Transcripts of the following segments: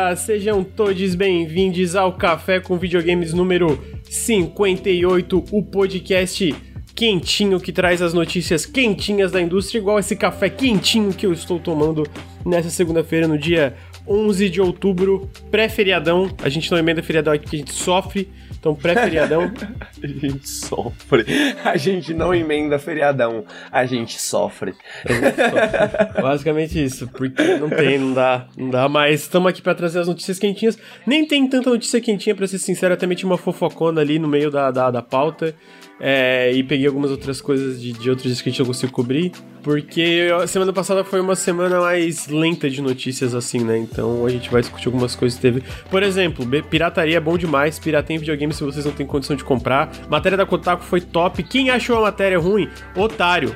galera, sejam todos bem-vindos ao Café com Videogames número 58, o podcast quentinho que traz as notícias quentinhas da indústria, igual esse café quentinho que eu estou tomando nessa segunda-feira, no dia 11 de outubro, pré-feriadão. A gente não emenda feriadão aqui porque a gente sofre, então pré-feriadão. A gente sofre. A gente não emenda feriadão, a gente sofre. Basicamente isso, porque não dá, mas estamos aqui pra trazer as notícias quentinhas. Nem tem tanta notícia quentinha, pra ser sincero, até meti uma fofocona ali no meio da pauta. E peguei algumas outras coisas de outros dias que a gente não conseguiu cobrir, porque a semana passada foi uma semana mais lenta de notícias, assim, né? Então a gente vai discutir algumas coisas que teve. Por exemplo, pirataria é bom demais, piratem videogame se vocês não têm condição de comprar. Matéria da Kotaku foi top. Quem achou a matéria ruim? Otário,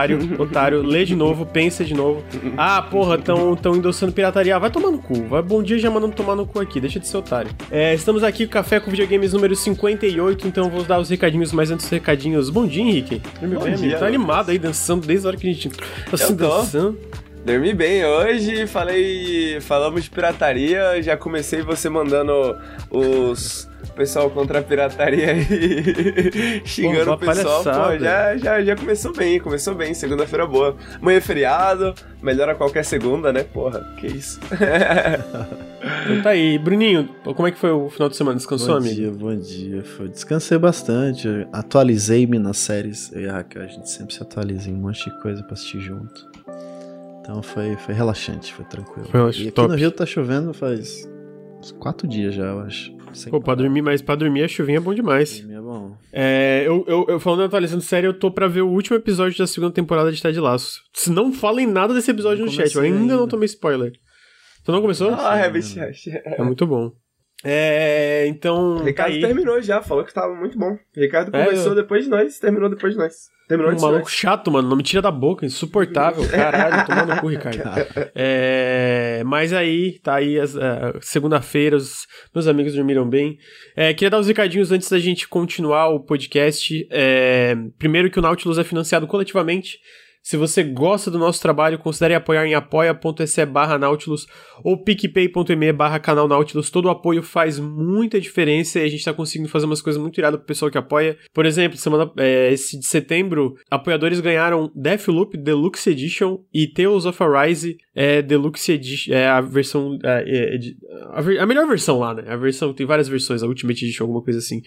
lê de novo, pensa de novo. Ah, porra, tão endossando pirataria. Vai tomar no cu, bom dia já mandando tomar no cu aqui, deixa de ser otário. Estamos aqui com o Café com Videogames número 58, então vou dar os recadinhos, mas antes recadinhos. Bom dia, Henrique. Bom dia, tá animado aí, dançando desde a hora que a gente tá assim, dançando. Dormi bem hoje, falamos de pirataria, já comecei você mandando o pessoal contra a pirataria aí, xingando o pessoal. Pô, já começou bem, segunda-feira boa. Amanhã é feriado, melhora qualquer segunda, né? Porra, que isso. Então tá aí, Bruninho, como é que foi o final de semana? Descansou, amigo? Bom dia. Descansei bastante, atualizei-me nas séries. Eu e a Raquel, a gente sempre se atualiza em um monte de coisa pra assistir junto. Então foi relaxante, foi tranquilo. E aqui no Rio tá chovendo faz uns 4 dias já, eu acho. Pô, pra dormir a chuvinha é bom demais. Dormir é bom. Eu falando atualizando série, eu tô pra ver o último episódio da segunda temporada de Ted Lasso. Se não falem nada desse episódio no chat, eu ainda não tomei spoiler. Tu não começou? É muito bom. Então... Ricardo terminou já, falou que tava muito bom. Ricardo começou depois de nós, terminou depois de nós. Um maluco chato, mano, não me tira da boca, insuportável, caralho, tomando cu, Ricardo. Mas aí, tá aí, segunda-feira, meus amigos dormiram bem. Queria dar uns recadinhos antes da gente continuar o podcast. Primeiro que o Nautilus é financiado coletivamente. Se você gosta do nosso trabalho, considere apoiar em apoia.se/Nautilus ou picpay.me/canal Nautilus. Todo o apoio faz muita diferença e a gente tá conseguindo fazer umas coisas muito iradas pro pessoal que apoia. Por exemplo, esse de setembro, apoiadores ganharam Deathloop Deluxe Edition e Tales of Arise Deluxe Edition, a versão... a melhor versão lá, né? A versão, tem várias versões, a Ultimate Edition, alguma coisa assim.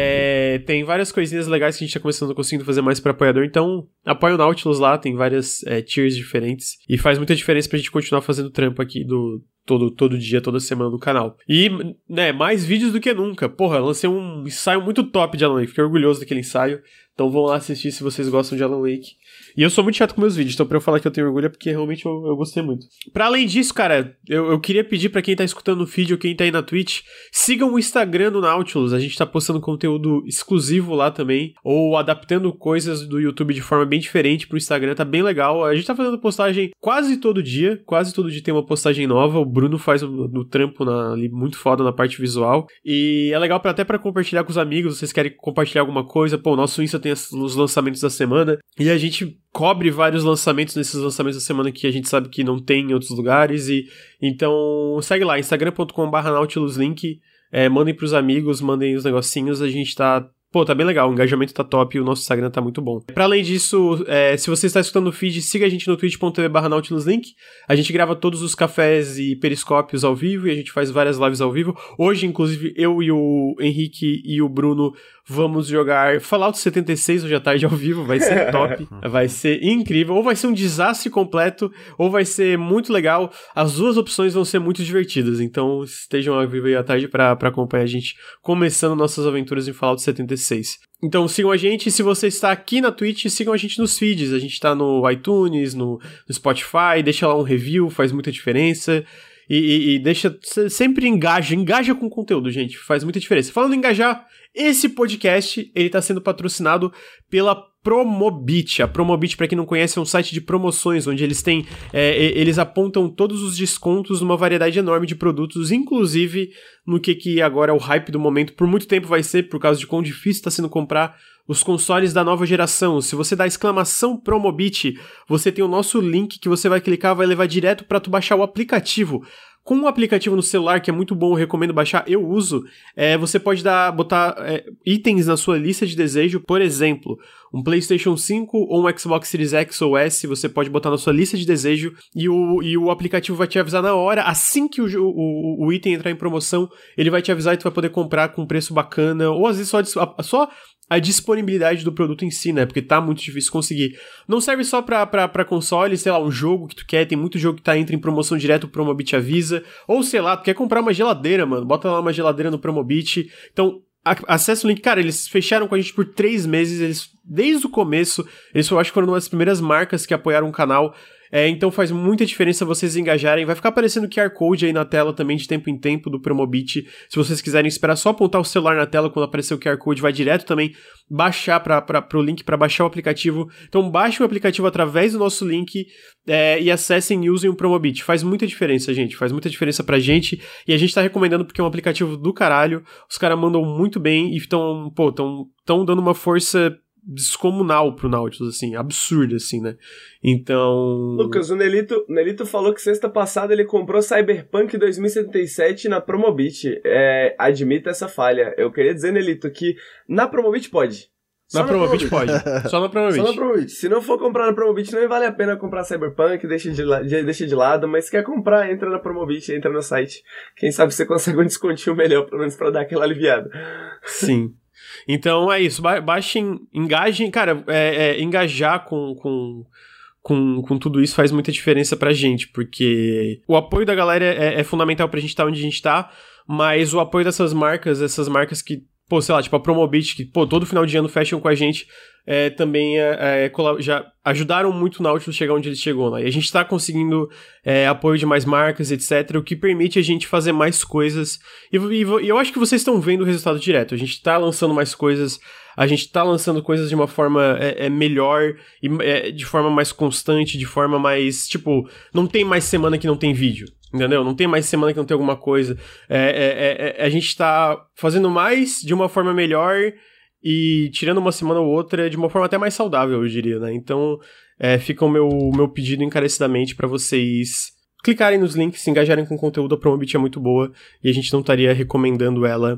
Tem várias coisinhas legais que a gente tá conseguindo fazer mais pra apoiador, então apoia o Nautilus lá, tem várias tiers diferentes e faz muita diferença pra gente continuar fazendo trampo aqui todo dia, toda semana no canal. E, né, mais vídeos do que nunca. Porra, lancei um ensaio muito top de Alan Wake, fiquei orgulhoso daquele ensaio, então vão lá assistir se vocês gostam de Alan Wake. E eu sou muito chato com meus vídeos, então pra eu falar que eu tenho orgulho é porque realmente eu gostei muito. Pra além disso, cara, eu queria pedir pra quem tá escutando o feed ou quem tá aí na Twitch, sigam o Instagram do Nautilus, a gente tá postando conteúdo exclusivo lá também, ou adaptando coisas do YouTube de forma bem diferente pro Instagram, tá bem legal. A gente tá fazendo postagem quase todo dia tem uma postagem nova, o Bruno faz no trampo ali muito foda na parte visual, e é legal até pra compartilhar com os amigos, vocês querem compartilhar alguma coisa, pô, o nosso Insta tem os lançamentos da semana, e a gente cobre vários lançamentos nesses lançamentos da semana que a gente sabe que não tem em outros lugares, e então segue lá, instagram.com/nautiluslink, mandem pros amigos, mandem os negocinhos, a gente tá bem legal, o engajamento tá top e o nosso Instagram tá muito bom. Pra além disso, se você está escutando o feed, siga a gente no twitch.tv/nautiluslink. A gente grava todos os cafés e periscópios ao vivo e a gente faz várias lives ao vivo. Hoje, inclusive, eu e o Henrique e o Bruno vamos jogar Fallout 76 hoje à tarde ao vivo, vai ser top, vai ser incrível, ou vai ser um desastre completo, ou vai ser muito legal. As duas opções vão ser muito divertidas, então estejam ao vivo aí à tarde pra acompanhar a gente começando nossas aventuras em Fallout 76. Então sigam a gente, se você está aqui na Twitch, sigam a gente nos feeds, a gente tá no iTunes, no Spotify, deixa lá um review, faz muita diferença. E deixa, sempre engaja com o conteúdo, gente, faz muita diferença. Falando em engajar, esse podcast, ele tá sendo patrocinado pela Promobit. A Promobit, pra quem não conhece, é um site de promoções, onde eles têm, eles apontam todos os descontos numa variedade enorme de produtos, inclusive no que agora é o hype do momento, por muito tempo vai ser, por causa de quão difícil tá sendo comprar os consoles da nova geração. Se você dá exclamação Promobit, você tem o nosso link que você vai clicar, vai levar direto pra tu baixar o aplicativo. Com um aplicativo no celular, que é muito bom, eu recomendo baixar, eu uso, você pode botar itens na sua lista de desejo, por exemplo, um PlayStation 5 ou um Xbox Series X ou S, você pode botar na sua lista de desejo e o aplicativo vai te avisar na hora, assim que o item entrar em promoção, ele vai te avisar e tu vai poder comprar com um preço bacana, ou às vezes só a disponibilidade do produto em si, né? Porque tá muito difícil conseguir. Não serve só pra console, sei lá, um jogo que tu quer, tem muito jogo que entra em promoção direto, o Promobit avisa. Ou, sei lá, tu quer comprar uma geladeira, mano, bota lá uma geladeira no Promobit. Então, acessa o link. Cara, eles fecharam com a gente por 3 meses, desde o começo, eles eu acho que foram uma das primeiras marcas que apoiaram o canal. Então faz muita diferença vocês engajarem. Vai ficar aparecendo o QR Code aí na tela também de tempo em tempo do Promobit. Se vocês quiserem esperar só apontar o celular na tela quando aparecer o QR Code, vai direto também baixar pro link para baixar o aplicativo. Então baixem o aplicativo através do nosso link e acessem e usem o Promobit. Faz muita diferença, gente. Faz muita diferença pra gente. E a gente tá recomendando porque é um aplicativo do caralho. Os caras mandam muito bem e estão dando uma força descomunal pro Nautilus, assim, absurdo, assim, né? Então... Lucas, o Nelito falou que sexta passada ele comprou Cyberpunk 2077 na Promobit. Admita essa falha. Eu queria dizer, Nelito, que na Promobit pode. Na Promobit pode. Só na Promobit. Só na Promobit. Se não for comprar na Promobit, não vale a pena comprar Cyberpunk, deixa de lado, mas se quer comprar, entra na Promobit, entra no site. Quem sabe você consegue um descontinho melhor, pelo menos pra dar aquela aliviada. Sim. Então é isso, baixem, engajem, cara, engajar com tudo isso faz muita diferença pra gente, porque o apoio da galera é fundamental pra gente estar onde a gente tá, mas o apoio dessas marcas que, pô, sei lá, tipo a Promobit, que, pô, todo final de ano fecham com a gente, também já ajudaram muito o Nautilus chegar onde ele chegou, né? E a gente tá conseguindo apoio de mais marcas, etc., o que permite a gente fazer mais coisas. E eu acho que vocês estão vendo o resultado direto. A gente tá lançando mais coisas, a gente tá lançando coisas de uma forma melhor, e de forma mais constante, de forma mais, tipo, não tem mais semana que não tem vídeo. Entendeu? Não tem mais semana que não tem alguma coisa. A gente tá fazendo mais de uma forma melhor e tirando uma semana ou outra de uma forma até mais saudável, eu diria, né? Então, fica o meu pedido encarecidamente pra vocês clicarem nos links, se engajarem com o conteúdo. A Promobit é muito boa e a gente não estaria recomendando ela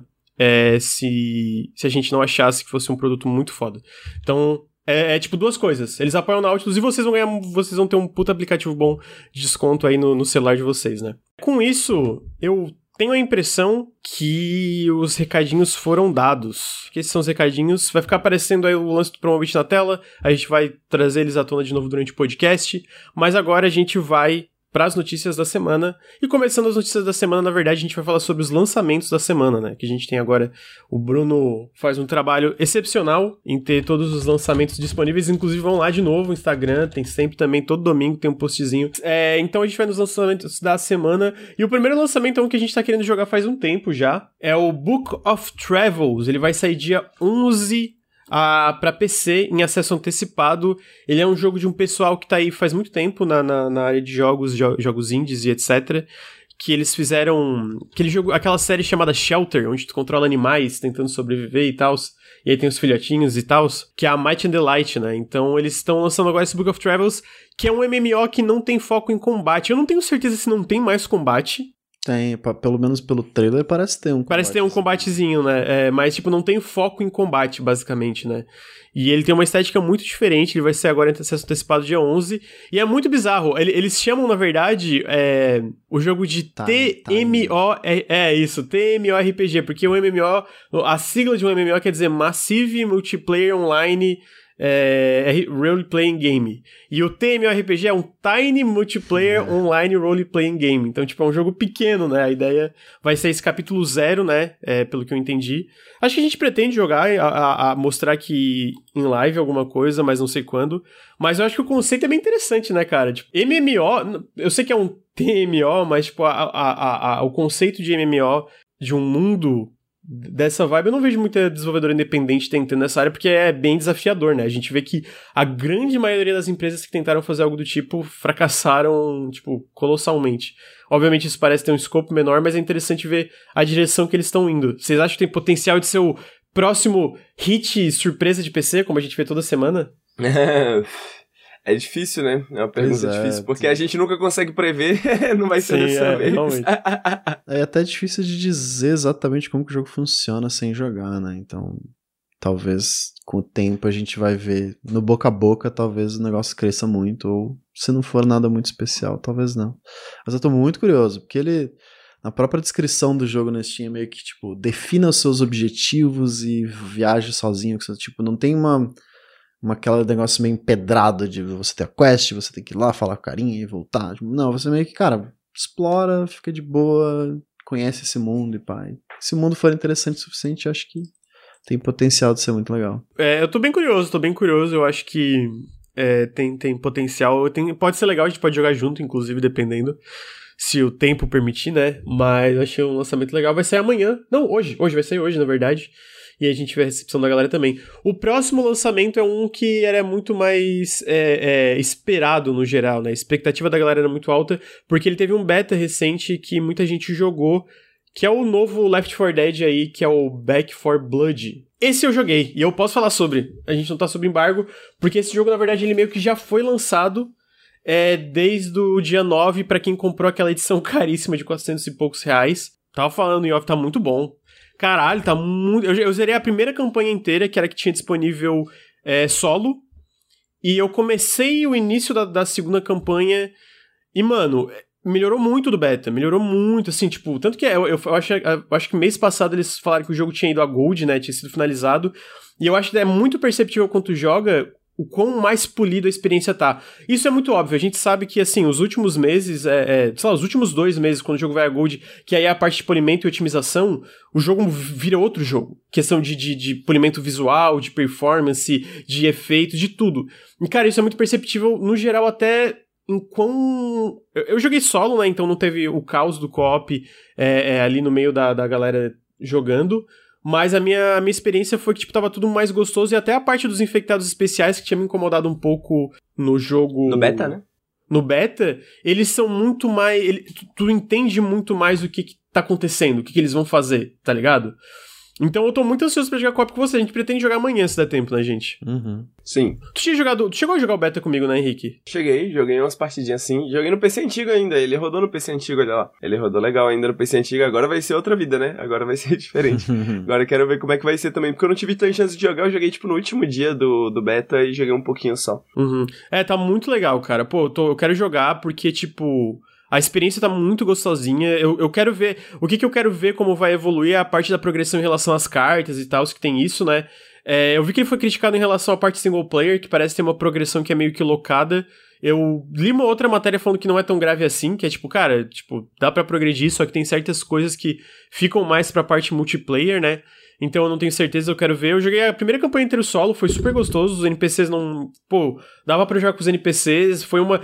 se a gente não achasse que fosse um produto muito foda. Então... tipo duas coisas. Eles apoiam o Nautilus e vocês vão ter um puta aplicativo bom de desconto aí no celular de vocês, né? Com isso, eu tenho a impressão que os recadinhos foram dados. Que esses são os recadinhos. Vai ficar aparecendo aí o lance do Promobit na tela. A gente vai trazer eles à tona de novo durante o podcast. Mas agora a gente vai para as notícias da semana. E começando as notícias da semana, na verdade, a gente vai falar sobre os lançamentos da semana, né? Que a gente tem agora. O Bruno faz um trabalho excepcional em ter todos os lançamentos disponíveis. Inclusive, vão lá de novo no Instagram. Tem sempre também, todo domingo tem um postzinho. Então a gente vai nos lançamentos da semana. E o primeiro lançamento é um que a gente tá querendo jogar faz um tempo já. É o Book of Travels. Ele vai sair dia 11 para PC em acesso antecipado. Ele é um jogo de um pessoal que tá aí faz muito tempo na área de jogos indies e etc. Que eles fizeram aquela série chamada Shelter, onde tu controla animais tentando sobreviver e tal. E aí tem os filhotinhos e tal, que é a Might and the Light, né? Então eles estão lançando agora esse Book of Travels, que é um MMO que não tem foco em combate. Eu não tenho certeza se não tem mais combate. Tem, pelo menos pelo trailer parece ter um combate. Parece ter um combatezinho, né? Mas, tipo, não tem foco em combate, basicamente, né? E ele tem uma estética muito diferente, ele vai ser agora em acesso antecipado dia 11, e é muito bizarro. Eles chamam, na verdade, o jogo de TMO... TMORPG, porque o MMO, a sigla de um MMO quer dizer Massive Multiplayer Online... role-playing game. E o TMORPG é um Tiny Multiplayer Online Role-playing Game. Então, tipo, é um jogo pequeno, né? A ideia vai ser esse capítulo 0, né? Pelo que eu entendi. Acho que a gente pretende jogar, a mostrar aqui em live alguma coisa, mas não sei quando. Mas eu acho que o conceito é bem interessante, né, cara? Tipo, MMO, eu sei que é um TMO, mas, tipo, o conceito de MMO, de um mundo... dessa vibe, eu não vejo muita desenvolvedora independente tentando nessa área, porque é bem desafiador, né? A gente vê que a grande maioria das empresas que tentaram fazer algo do tipo fracassaram, tipo, colossalmente. Obviamente isso parece ter um escopo menor, mas é interessante ver a direção que eles estão indo. Vocês acham que tem potencial de ser o próximo hit surpresa de PC, como a gente vê toda semana? É difícil, né? É uma pergunta difícil, porque a gente nunca consegue prever, não vai ser dessa vez. É até difícil de dizer exatamente como que o jogo funciona sem jogar, né? Então, talvez com o tempo a gente vai ver no boca a boca, talvez o negócio cresça muito, ou se não for nada muito especial, talvez não. Mas eu tô muito curioso, porque ele, na própria descrição do jogo na Steam, meio que, tipo, defina os seus objetivos e viaje sozinho, tipo, não tem aquele negócio meio empedrado de você ter a quest, você tem que ir lá falar com a carinha e voltar. Não, você meio que, cara, explora, fica de boa, conhece esse mundo e pá. Se o mundo for interessante o suficiente, eu acho que tem potencial de ser muito legal. Eu tô bem curioso, eu acho que tem potencial, pode ser legal, a gente pode jogar junto, inclusive, dependendo se o tempo permitir, né? Mas eu achei um lançamento legal, vai sair amanhã, não, hoje vai sair hoje, na verdade. E a gente vê a recepção da galera também. O próximo lançamento é um que era muito mais esperado no geral, né? A expectativa da galera era muito alta, porque ele teve um beta recente que muita gente jogou, que é o novo Left 4 Dead aí, que é o Back 4 Blood. Esse eu joguei, e eu posso falar sobre. A gente não tá sob embargo, porque esse jogo, na verdade, ele meio que já foi lançado desde o dia 9 pra quem comprou aquela edição caríssima de 400 e poucos reais. Tava falando em off, tá muito bom. Caralho, tá muito... Eu zerei a primeira campanha inteira, que era que tinha disponível solo, e eu comecei o início da segunda campanha, e, mano, melhorou muito do beta, melhorou muito, assim, tipo, tanto que eu acho que mês passado eles falaram que o jogo tinha ido a Gold, né, tinha sido finalizado, e eu acho que é muito perceptível quando tu joga o quão mais polido a experiência tá. Isso é muito óbvio, a gente sabe que, assim, os últimos meses, sei lá, os últimos 2 meses, quando o jogo vai a Gold, que aí é a parte de polimento e otimização, o jogo vira outro jogo. Questão de polimento visual, de performance, de efeito, de tudo. E, cara, isso é muito perceptível, no geral, até em quão... Eu joguei solo, né, então não teve o caos do co-op ali no meio da galera jogando. Mas a minha experiência foi que, tipo, tava tudo mais gostoso, e até a parte dos infectados especiais, que tinha me incomodado um pouco no jogo... No beta, né? No beta, eles são muito mais... Tu entende muito mais o que tá acontecendo, o que eles vão fazer, tá ligado? Então eu tô muito ansioso pra jogar co-op com você. A gente pretende jogar amanhã, se der tempo, né, gente? Uhum. Sim. Tu chegou a jogar o beta comigo, né, Henrique? Joguei umas partidinhas assim. Joguei no PC antigo ainda. Ele rodou no PC antigo, olha lá. Ele rodou legal ainda no PC antigo. Agora vai ser outra vida, né? Agora vai ser diferente. Agora eu quero ver como é que vai ser também. Porque eu não tive tanta chance de jogar. Eu joguei, tipo, no último dia do beta e joguei um pouquinho só. Uhum. Tá muito legal, cara. Pô, eu quero jogar porque, tipo... A experiência tá muito gostosinha, eu quero ver... O que eu quero ver como vai evoluir é a parte da progressão em relação às cartas e tal, que tem isso, né? Eu vi que ele foi criticado em relação à parte single player, que parece ter uma progressão que é meio que locada. Eu li uma outra matéria falando que não é tão grave assim, que é tipo, cara, tipo, dá pra progredir, só que tem certas coisas que ficam mais pra parte multiplayer, né? Então eu não tenho certeza, eu quero ver. Eu joguei a primeira campanha inteira solo, foi super gostoso, os NPCs não... Pô, dava pra jogar com os NPCs, foi uma...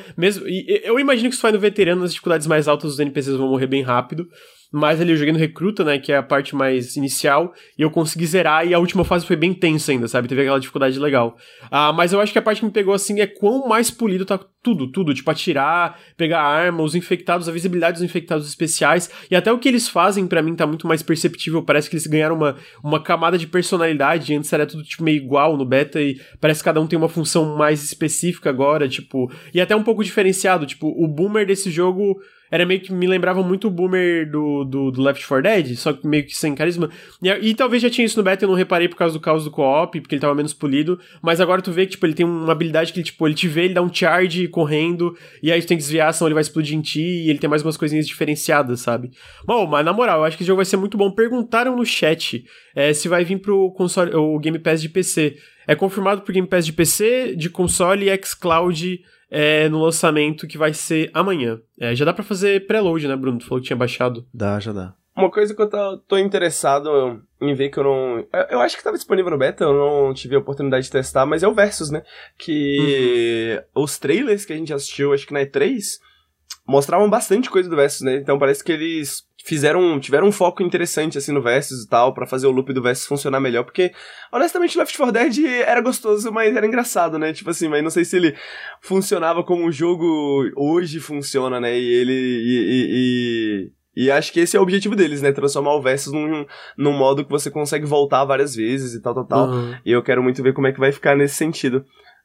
Eu imagino que se faz no veterano, nas dificuldades mais altas, os NPCs vão morrer bem rápido. Mas ali eu joguei no Recruta, né, que é a parte mais inicial, e eu consegui zerar, e a última fase foi bem tensa ainda, sabe? Teve aquela dificuldade legal. Mas eu acho que a parte que me pegou, assim, é quão mais polido tá tudo. Tipo, atirar, pegar arma, os infectados, a visibilidade dos infectados especiais, e até o que eles fazem, pra mim, tá muito mais perceptível. Parece que eles ganharam uma camada de personalidade, antes era tudo, tipo, meio igual no beta, e parece que cada um tem uma função mais específica agora, tipo... E até um pouco diferenciado, tipo, o boomer desse jogo... Era meio que me lembrava muito o boomer do Left 4 Dead, só que meio que sem carisma. E talvez já tinha isso no beta, eu não reparei por causa do caos do co-op, porque ele tava menos polido. Mas agora tu vê que, tipo, ele tem uma habilidade que ele, tipo, ele te vê, ele dá um charge correndo, e aí tu tem que desviar, senão ele vai explodir em ti, e ele tem mais umas coisinhas diferenciadas, sabe? Bom, mas na moral, eu acho que esse jogo vai ser muito bom. Perguntaram no chat se vai vir pro console, o Game Pass de PC. É confirmado pro Game Pass de PC, de console e xCloud... no lançamento que vai ser amanhã. Já dá pra fazer preload, né, Bruno? Tu falou que tinha baixado. Já dá. Uma coisa que eu tô interessado em ver que eu não... Eu acho que tava disponível no beta, eu não tive a oportunidade de testar, mas é o Versus, né? Que os trailers que a gente assistiu, acho que na E3, mostravam bastante coisa do Versus, né? Então parece que eles tiveram um foco interessante, assim, no Versus e tal, pra fazer o loop do Versus funcionar melhor, porque, honestamente, Left 4 Dead era gostoso, mas era engraçado, né? Tipo assim, mas não sei se ele funcionava como o jogo hoje funciona, né? E acho que esse é o objetivo deles, né? Transformar o Versus num modo que você consegue voltar várias vezes e tal. E eu quero muito ver como é que vai ficar nesse sentido.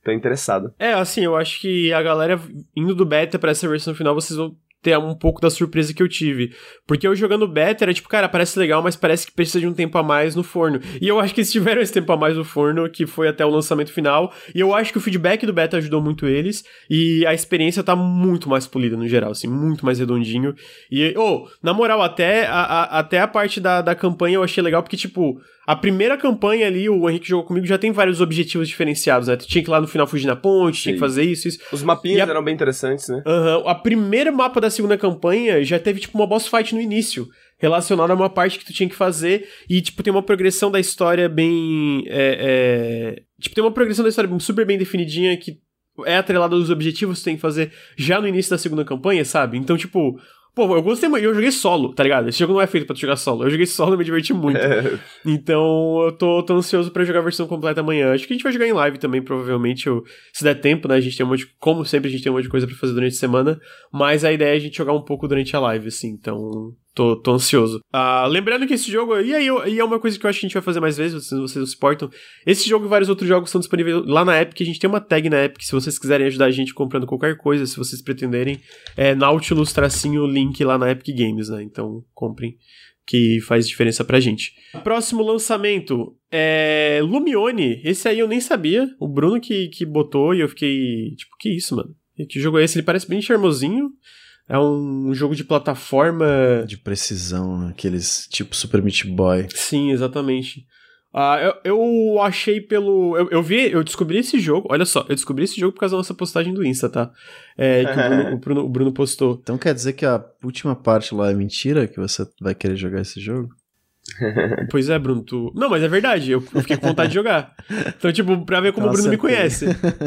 tô interessado. Assim, eu acho que a galera indo do beta pra essa versão final, vocês vão ter um pouco da surpresa que eu tive. Porque eu jogando beta era tipo, cara, parece legal, mas parece que precisa de um tempo a mais no forno. E eu acho que eles tiveram esse tempo a mais no forno, que foi até o lançamento final. E eu acho que o feedback do beta ajudou muito eles. E a experiência tá muito mais polida no geral, assim, muito mais redondinho. E, na moral, até a parte da campanha eu achei legal, porque, tipo, a primeira campanha ali, o Henrique jogou comigo, já tem vários objetivos diferenciados, né? Tu tinha que ir lá no final fugir na ponte, tinha que fazer isso. Os mapinhas eram bem interessantes, né? A primeira mapa da segunda campanha já teve, tipo, uma boss fight no início, relacionada a uma parte que tu tinha que fazer, e, tipo, tem uma progressão da história bem... Tipo, tem uma progressão da história super bem definidinha, que é atrelada aos objetivos que tu tem que fazer já no início da segunda campanha, sabe? Então, tipo... Pô, eu gostei muito, eu joguei solo, tá ligado? Esse jogo não é feito pra tu jogar solo, eu joguei solo e me diverti muito. Então, eu tô ansioso pra jogar a versão completa amanhã. Acho que a gente vai jogar em live também, provavelmente, se der tempo, né? A gente tem como sempre, a gente tem um monte de coisa pra fazer durante a semana, mas a ideia é a gente jogar um pouco durante a live, assim, então... Tô ansioso. Lembrando que esse jogo... E é uma coisa que eu acho que a gente vai fazer mais vezes, vocês não se importam. Esse jogo e vários outros jogos estão disponíveis lá na Epic. A gente tem uma tag na Epic, se vocês quiserem ajudar a gente comprando qualquer coisa, se vocês pretenderem. É Nautilus-link lá na Epic Games, né? Então, comprem, que faz diferença pra gente. Próximo lançamento é Lumione. Esse aí eu nem sabia. O Bruno que botou e eu fiquei... Tipo, que isso, mano? Que jogo é esse? Ele parece bem charmosinho. É um jogo de plataforma... De precisão, aqueles tipo Super Meat Boy. Sim, exatamente. Eu achei pelo... Eu descobri esse jogo... Olha só, eu descobri esse jogo por causa da nossa postagem do Insta, tá? Que o Bruno postou. Então quer dizer que a última parte lá é mentira? Que você vai querer jogar esse jogo? Pois é, Bruno, Não, mas é verdade, eu fiquei com vontade de jogar. Então, tipo, pra ver como o Bruno me conhece.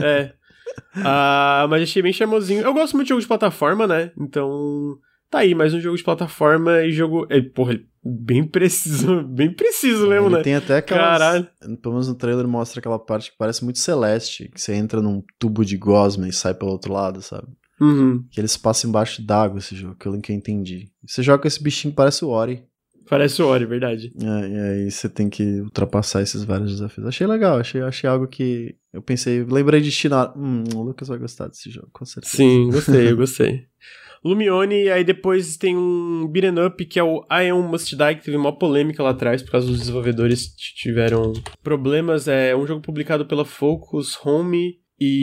Mas achei bem charmosinho. Eu gosto muito de jogo de plataforma, né? Então, tá aí, mais um jogo de plataforma e jogo... bem preciso mesmo, né? Tem até aquelas... Caralho. Pelo menos no trailer mostra aquela parte que parece muito Celeste, que você entra num tubo de gosma e sai pelo outro lado, sabe? Que eles passam embaixo d'água, esse jogo, que eu nunca entendi. Você joga com esse bichinho que parece o Ori. Parece o Ori, verdade. E aí você tem que ultrapassar esses vários desafios. Achei legal, achei algo que eu pensei, lembrei de China. O Lucas vai gostar desse jogo, com certeza. Sim, eu gostei. Lumione, aí depois tem um beat'em up que é o I Am Must Die, que teve uma polêmica lá atrás, por causa dos desenvolvedores tiveram problemas. É um jogo publicado pela Focus Home,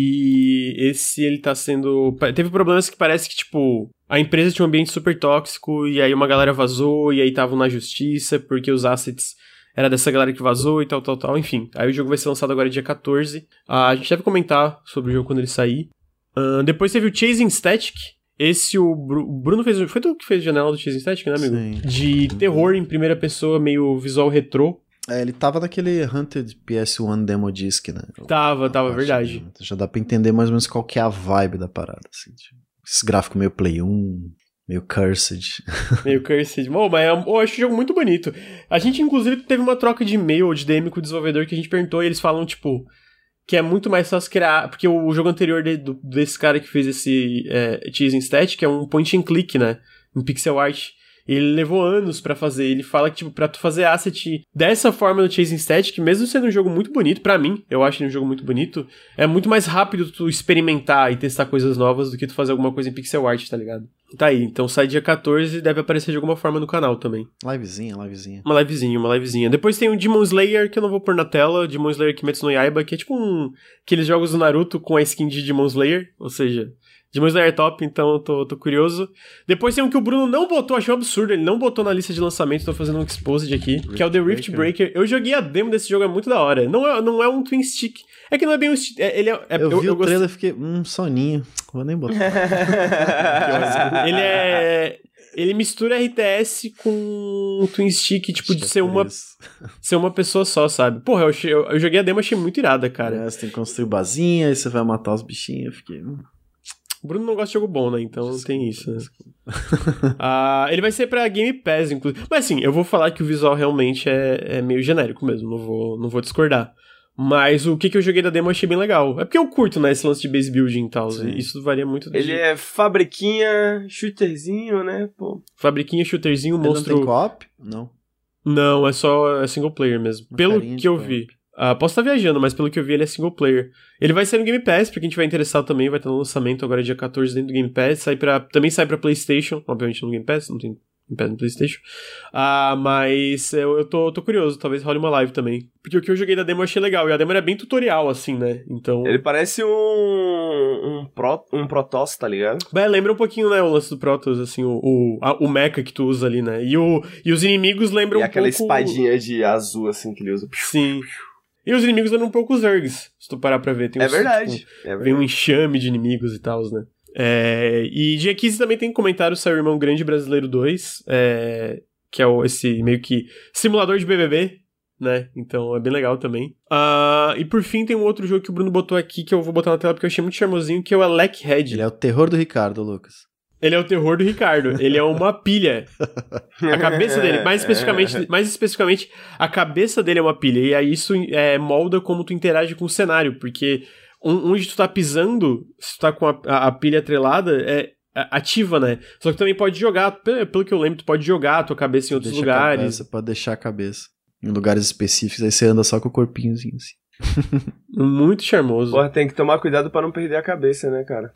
e ele tá sendo... Teve problemas que parece que, tipo, a empresa tinha um ambiente super tóxico, e aí uma galera vazou, e aí estavam na justiça, porque os assets era dessa galera que vazou e tal, enfim. Aí o jogo vai ser lançado agora dia 14. A gente deve comentar sobre o jogo quando ele sair. Depois teve o Chasing Static. Esse o Bruno fez... Foi tu que fez a janela do Chasing Static, né, amigo? Sim. De terror em primeira pessoa, meio visual retrô. Ele tava naquele Hunted PS1 Demo Disc, né? Tava, verdade. Já dá pra entender mais ou menos qual que é a vibe da parada, assim. Tipo, esse gráfico meio Play 1, meio Cursed. Meio Cursed. Mas eu acho o jogo muito bonito. A gente, inclusive, teve uma troca de e-mail ou de DM com o desenvolvedor que a gente perguntou e eles falam, tipo... que é muito mais fácil criar... Porque o jogo anterior desse cara que fez esse Chasing Static é um point and click, né? Um pixel art. Ele levou anos pra fazer. Ele fala que, tipo, pra tu fazer asset dessa forma no Chasing Static, mesmo sendo um jogo muito bonito, pra mim, eu acho ele um jogo muito bonito, é muito mais rápido tu experimentar e testar coisas novas do que tu fazer alguma coisa em pixel art, tá ligado? Tá aí, então sai dia 14 e deve aparecer de alguma forma no canal também. Livezinha. Uma livezinha. Depois tem o Demon Slayer, que eu não vou pôr na tela, Demon Slayer Kimetsu no Yaiba, que é tipo aqueles jogos do Naruto com a skin de Demon Slayer, ou seja... Demon Slayer top, então eu tô curioso. Depois tem um que o Bruno não botou, achei um absurdo, ele não botou na lista de lançamento, tô fazendo um exposed aqui, que é o The Rift Breaker. Eu joguei a demo desse jogo, é muito da hora. Não é um twin stick. É que não é bem um stick. Eu vi o trailer e fiquei, soninho, vou nem botar. Ele mistura RTS com twin stick, tipo, de ser uma pessoa só, sabe? Porra, eu joguei a demo e achei muito irada, cara. Você tem que construir basinha, aí você vai matar os bichinhos, eu fiquei... O Bruno não gosta de jogo bom, né? Então tem isso, né? Ele vai ser pra Game Pass, inclusive. Mas assim, eu vou falar que o visual realmente é meio genérico mesmo, não vou discordar. Mas o que eu joguei da demo eu achei bem legal. É porque eu curto, né, esse lance de base building e tal. E isso varia muito. Ele é fabriquinha, shooterzinho, né? Pô. Fabriquinha, shooterzinho, monstro... Não tem co-op? Não. Não, é single player mesmo. Pelo que eu vi. Posso estar viajando, mas pelo que eu vi ele é single player. Ele vai sair no Game Pass, pra quem tiver interessado também, vai ter no lançamento agora dia 14 dentro do Game Pass, também sai pra PlayStation, obviamente no Game Pass, não tem Game Pass no PlayStation. Mas eu tô curioso, talvez role uma live também. Porque o que eu joguei da demo eu achei legal, e a demo era bem tutorial, assim, né? Então... Ele parece um Protoss, tá ligado? Lembra um pouquinho, né, o lance do Protoss, assim, o mecha que tu usa ali, né? E os inimigos lembram um pouco... E aquela espadinha de azul, assim, que ele usa. Sim. E os inimigos lembram um pouco os Zergs, se tu parar pra ver. Tem verdade. Vem um enxame de inimigos e tal, né? E dia 15 também tem comentário Seu Irmão Grande Brasileiro 2, que é esse meio que simulador de BBB, né? Então é bem legal também. E por fim tem um outro jogo que o Bruno botou aqui, que eu vou botar na tela porque eu achei muito charmosinho, que é o Elec Head. Ele é o terror do Ricardo, Lucas. Ele é o terror do Ricardo. Ele é uma pilha. A cabeça dele, mais especificamente, a cabeça dele é uma pilha. E aí isso molda como tu interage com o cenário, porque onde tu tá pisando, se tu tá com a pilha atrelada, ativa, né? Só que também pode jogar, pelo que eu lembro, tu pode jogar a tua cabeça em outros lugares. Você pode deixar a cabeça em lugares específicos, aí você anda só com o corpinhozinho assim. Muito charmoso. Porra, tem que tomar cuidado pra não perder a cabeça, né, cara?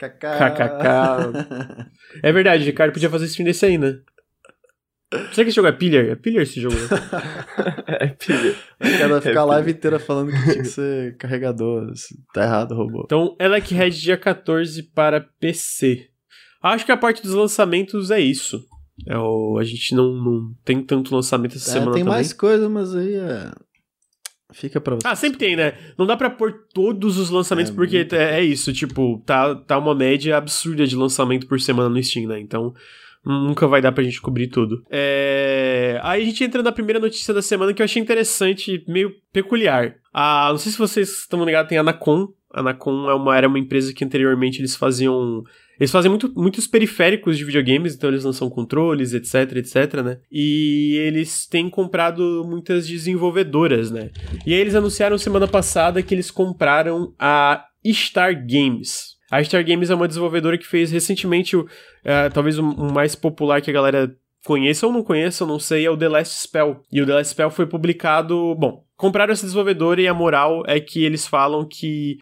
KKK. É verdade, o Ricardo podia fazer stream desse aí, né? Será que esse jogo é pillar? É pillar esse jogo, né? É pillar. O cara vai ficar a live inteira falando que tinha que ser carregador. Tá errado, robô. Então, Elec Red dia 14 para PC. Acho que a parte dos lançamentos é isso. A gente não tem tanto lançamento essa semana tem também. mais coisa, mas aí fica pra você. Sempre tem, né? Não dá pra pôr todos os lançamentos, porque é isso, tipo, tá uma média absurda de lançamento por semana no Steam, né? Então, nunca vai dar pra gente cobrir tudo. Aí a gente entra na primeira notícia da semana que eu achei interessante, meio peculiar. Não sei se vocês estão ligados, tem a Anacom. A Anacom era uma empresa que anteriormente eles fazem muitos periféricos de videogames, então eles lançam controles, etc, né? E eles têm comprado muitas desenvolvedoras, né? E aí eles anunciaram semana passada que eles compraram a Star Games. A Star Games é uma desenvolvedora que fez recentemente, talvez o mais popular que a galera conheça ou não conheça, eu não sei, é o The Last Spell. E o The Last Spell foi publicado... Bom, compraram essa desenvolvedora e a moral é que eles falam que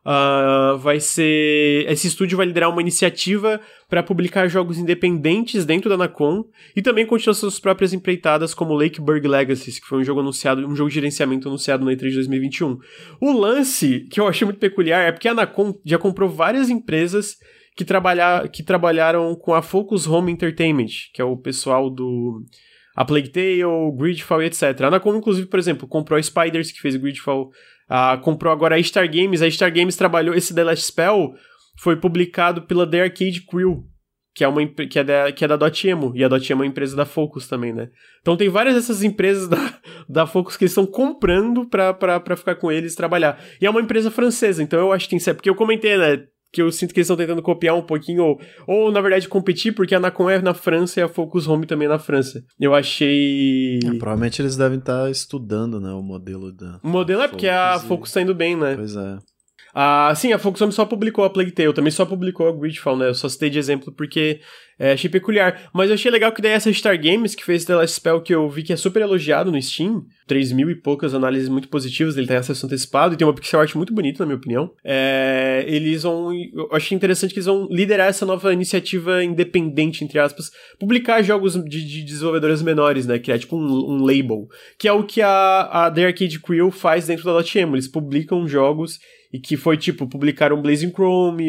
esse estúdio vai liderar uma iniciativa para publicar jogos independentes dentro da Anacom e também continuar suas próprias empreitadas como Lakeburg Legacies, que foi um jogo de gerenciamento anunciado no E3 de 2021. O lance que eu achei muito peculiar é porque a Anacom já comprou várias empresas que trabalharam com a Focus Home Entertainment, que é o pessoal a Plague Tale, Gridfall e etc. A Anacom, inclusive, por exemplo, comprou a Spiders, que fez o Gridfall, comprou agora a Star Games. A Star Games trabalhou... Esse The Last Spell foi publicado pela The Arcade Crew, que é da Dotemu, e a Dotemu é uma empresa da Focus também, né? Então tem várias dessas empresas da Focus que eles estão comprando pra ficar com eles e trabalhar. E é uma empresa francesa, então eu acho que tem que ser... Porque eu comentei, né? Que eu sinto que eles estão tentando copiar um pouquinho, ou na verdade competir, porque a Anacom é na França e a Focus Home também é na França. Eu achei... provavelmente eles devem estar estudando, né, o modelo da... O modelo porque a Focus tá indo bem, né? Pois é. Sim, a Focus Home só publicou a Plague Tale, também só publicou a Gridfall, né? Eu só citei de exemplo porque achei peculiar. Mas eu achei legal que daí essa Star Games, que fez The Last Spell, que eu vi que é super elogiado no Steam, 3.000 e poucas análises muito positivas, ele tem acesso antecipado e tem uma pixel art muito bonita, na minha opinião. Eu achei interessante que eles vão liderar essa nova iniciativa independente, entre aspas, publicar jogos de desenvolvedoras menores, né? Criar tipo um label, que é o que a The Arcade Crew faz dentro da Dotemu. Eles publicam jogos e que foi, tipo, publicaram Blazing Chrome,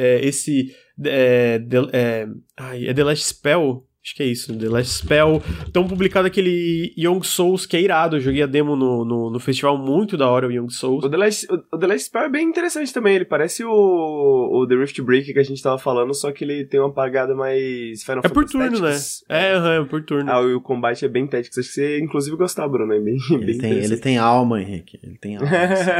The Last Spell? Acho que é isso, The Last Spell. Então, publicado aquele Young Souls, que é irado. Eu joguei a demo no festival, muito da hora, o Young Souls. O The Last Spell é bem interessante também. Ele parece o The Rift Break que a gente tava falando, só que ele tem uma pegada mais Final Fantasy. É por turno, Tactics, né? É por turno. E o combate é bem Tactics. Acho que você, inclusive, gostar, Bruno. É bem ele tem alma, Henrique. Ele tem alma.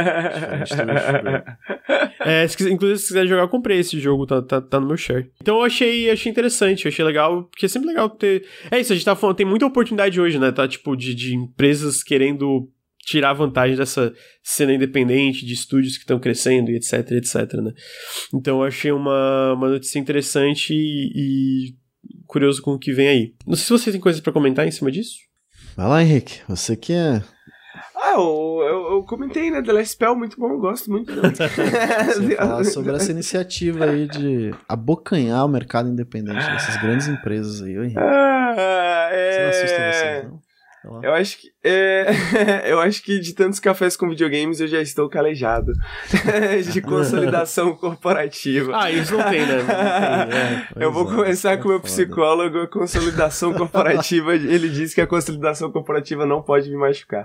Inclusive, se quiser jogar, eu comprei esse jogo. Tá no meu share. Então, eu achei interessante. Eu achei legal, porque é sempre legal ter... É isso, a gente tá falando, tem muita oportunidade hoje, né? Tá, tipo, de empresas querendo tirar vantagem dessa cena independente, de estúdios que estão crescendo e etc, né? Então eu achei uma notícia interessante e curioso com o que vem aí. Não sei se vocês têm coisas pra comentar em cima disso. Vai lá, Henrique, você que é... Eu eu comentei, né? The Last Spell, muito bom, eu gosto muito. Você falar sobre essa iniciativa aí de abocanhar o mercado independente dessas grandes empresas aí, Henrique. Você não assusta vocês, não? Eu acho que de tantos cafés com videogames eu já estou calejado de consolidação corporativa. Isso não tem, né? Não tem, eu vou começar com o meu psicólogo, a consolidação corporativa. Ele disse que a consolidação corporativa não pode me machucar.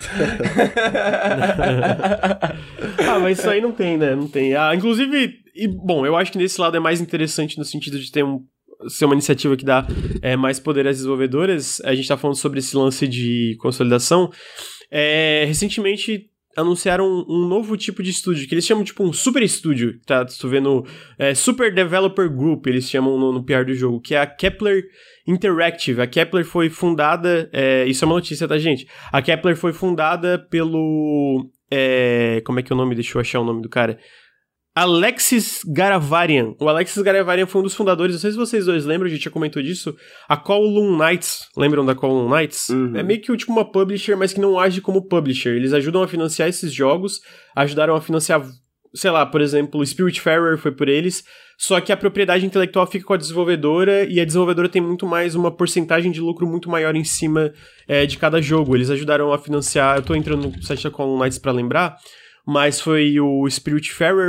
Mas isso aí não tem, né? Não tem. Inclusive, bom, eu acho que nesse lado é mais interessante no sentido de ter ser uma iniciativa que dá mais poder às desenvolvedoras. A gente tá falando sobre esse lance de consolidação. Recentemente anunciaram um novo tipo de estúdio, que eles chamam tipo um super estúdio, tá? Tu vendo Super Developer Group, eles chamam no PR do jogo, que é a Kepler Interactive. A Kepler foi fundada, isso é uma notícia, tá, gente? A Kepler foi fundada pelo... como é que é o nome? Deixa eu achar o nome do cara. Alexis Garavarian. O Alexis Garavarian foi um dos fundadores, não sei se vocês dois lembram, a gente já comentou disso, a Kowloon Knights. Lembram da Kowloon Knights? Uhum. É meio que tipo uma publisher, mas que não age como publisher. Eles ajudam a financiar esses jogos, ajudaram a financiar, sei lá, por exemplo, Spiritfarer foi por eles, só que a propriedade intelectual fica com a desenvolvedora e a desenvolvedora tem muito mais uma porcentagem de lucro muito maior em cima de cada jogo. Eles ajudaram a financiar, eu tô entrando no site da Kowloon Knights pra lembrar, mas foi o Spiritfarer,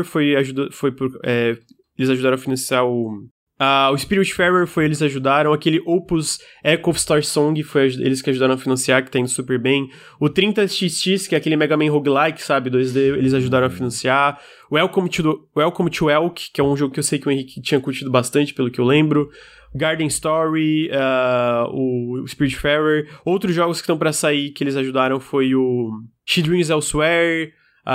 eles ajudaram a financiar o Spiritfarer, eles ajudaram, aquele Opus Echo of Star Song, foi eles que ajudaram a financiar, que tá indo super bem, o 30XX, que é aquele Mega Man roguelike, sabe, 2D, eles ajudaram a financiar, Welcome to Elk, que é um jogo que eu sei que o Henrique tinha curtido bastante, pelo que eu lembro, Garden Story, o Spiritfarer, outros jogos que estão pra sair que eles ajudaram foi o She Dreams Elsewhere,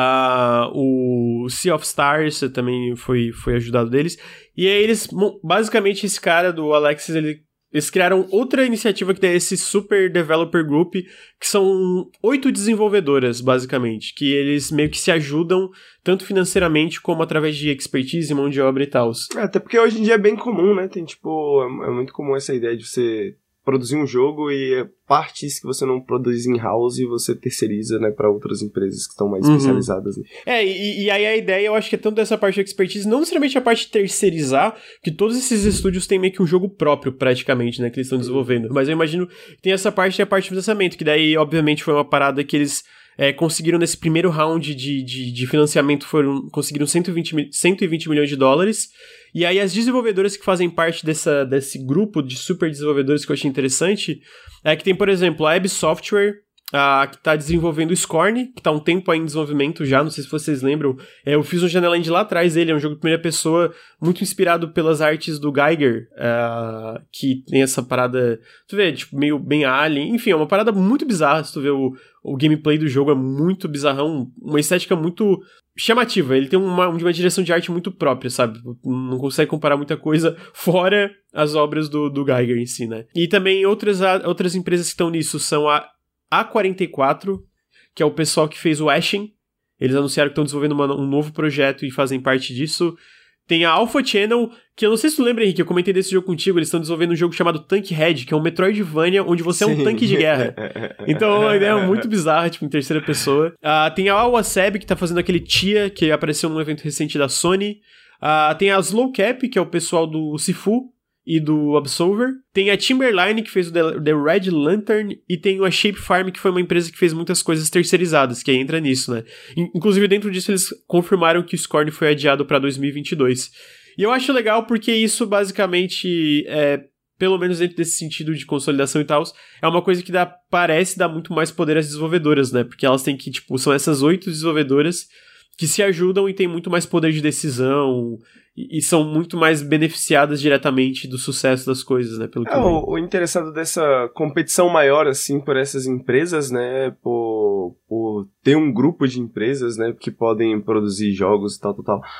o Sea of Stars também foi ajudado deles. E aí eles, basicamente esse cara do Alexis, eles criaram outra iniciativa que é esse Super Developer Group, que são 8 desenvolvedoras, basicamente, que eles meio que se ajudam, tanto financeiramente como através de expertise, mão de obra e tal. Até porque hoje em dia é bem comum, né? Tem é muito comum essa ideia de você produzir um jogo e partes que você não produz in-house e você terceiriza, né, para outras empresas que estão mais especializadas. Né? E aí a ideia, eu acho que é tanto essa parte de expertise, não necessariamente a parte de terceirizar, que todos esses estúdios têm meio que um jogo próprio, praticamente, né, que eles estão desenvolvendo. Mas eu imagino que tem essa parte e a parte de financiamento, que daí, obviamente, foi uma parada que eles conseguiram nesse primeiro round de financiamento, conseguiram 120 milhões de dólares. E aí as desenvolvedoras que fazem parte desse grupo de super desenvolvedores que eu achei interessante, que tem, por exemplo, a Ebb Software, que tá desenvolvendo o Scorn, que tá há um tempo aí em desenvolvimento já, não sei se vocês lembram. Eu fiz um Janeland lá atrás dele, é um jogo de primeira pessoa, muito inspirado pelas artes do Geiger, que tem essa parada, tu vê, tipo, meio bem alien, enfim, é uma parada muito bizarra, se tu vê o gameplay do jogo é muito bizarrão, uma estética muito chamativa, ele tem uma direção de arte muito própria, sabe? Não consegue comparar muita coisa fora as obras do Geiger em si, né? E também outras empresas que estão nisso são a A44, que é o pessoal que fez o Ashen. Eles anunciaram que estão desenvolvendo um novo projeto e fazem parte disso. Tem a Alpha Channel, que eu não sei se tu lembra, Henrique, eu comentei desse jogo contigo, eles estão desenvolvendo um jogo chamado Tankhead, que é um Metroidvania onde você é um tanque de guerra. Então é uma ideia muito bizarra, tipo, em terceira pessoa. Tem a Awaseb, que tá fazendo aquele Tia, que apareceu num evento recente da Sony. Tem a Slowcap, que é o pessoal do Sifu e do Absolver. Tem a Timberline, que fez o The Red Lantern, e tem a Shape Farm, que foi uma empresa que fez muitas coisas terceirizadas, que aí entra nisso, né? Inclusive, dentro disso, eles confirmaram que o Scorn foi adiado pra 2022. E eu acho legal porque isso, basicamente, pelo menos dentro desse sentido de consolidação e tal, é uma coisa que parece dar muito mais poder às desenvolvedoras, né? Porque elas têm que, tipo, são essas 8 desenvolvedoras que se ajudam e têm muito mais poder de decisão e são muito mais beneficiadas diretamente do sucesso das coisas, né? Pelo que o interessado dessa competição maior, assim, por essas empresas, né? Por ter um grupo de empresas, né? Que podem produzir jogos e tal.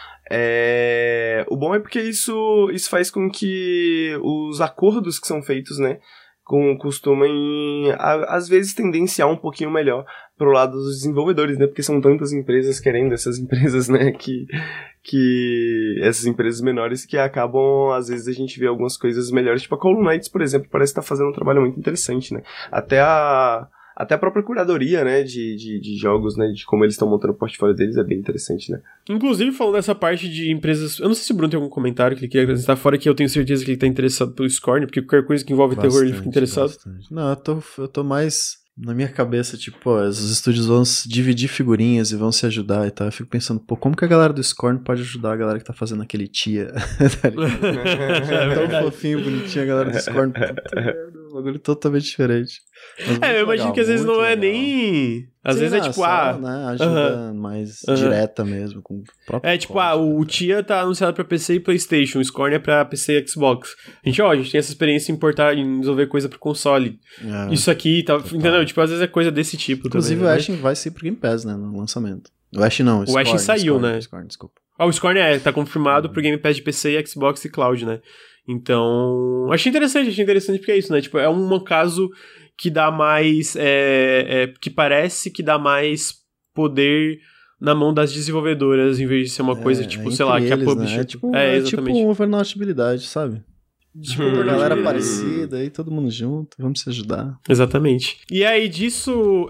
O bom é porque isso faz com que os acordos que são feitos, né? Costumem, às vezes, tendenciar um pouquinho melhor pro lado dos desenvolvedores, né? Porque são tantas empresas querendo essas empresas, né? Que essas empresas menores que acabam, às vezes, a gente vê algumas coisas melhores. Tipo a Kowloon Knights, por exemplo, parece estar fazendo um trabalho muito interessante, né? Até a até a própria curadoria, né, de jogos, né, de como eles estão montando o portfólio deles é bem interessante, né. Inclusive, falando dessa parte de empresas... Eu não sei se o Bruno tem algum comentário que ele queria acrescentar, fora que eu tenho certeza que ele tá interessado pelo Scorn, porque qualquer coisa que envolve terror ele fica interessado. Bastante. Não, eu tô mais... Na minha cabeça, tipo, os estúdios vão se dividir figurinhas e vão se ajudar e tal. Eu fico pensando, pô, como que a galera do Scorn pode ajudar a galera que tá fazendo aquele tia? É tão fofinho, bonitinho a galera do Scorn. Um bagulho totalmente diferente. Eu imagino que às vezes não é nem... Às vezes é tipo, só, né, ajuda mais direta mesmo, com o próprio tipo, o Tia tá anunciado pra PC e PlayStation, o Scorn é pra PC e Xbox. A gente tem essa experiência em importar, em desenvolver coisa pro console. Isso aqui, tá, entendeu? Tipo, às vezes é coisa desse tipo. Inclusive também, o Ashen vai ser pro Game Pass, né, no lançamento. O Ashen não, o Ashen saiu, né? Scorn, desculpa. O Scorn tá confirmado pro Game Pass de PC e Xbox e Cloud, né? Então, achei interessante porque é isso, né? Tipo, é um caso que dá mais... que parece que dá mais poder na mão das desenvolvedoras, em vez de ser uma coisa, tipo, sei lá, que a publisher... Né? Tipo uma overnautibilidade, sabe? Tipo, uma galera parecida, aí todo mundo junto, vamos se ajudar. Exatamente. E aí, disso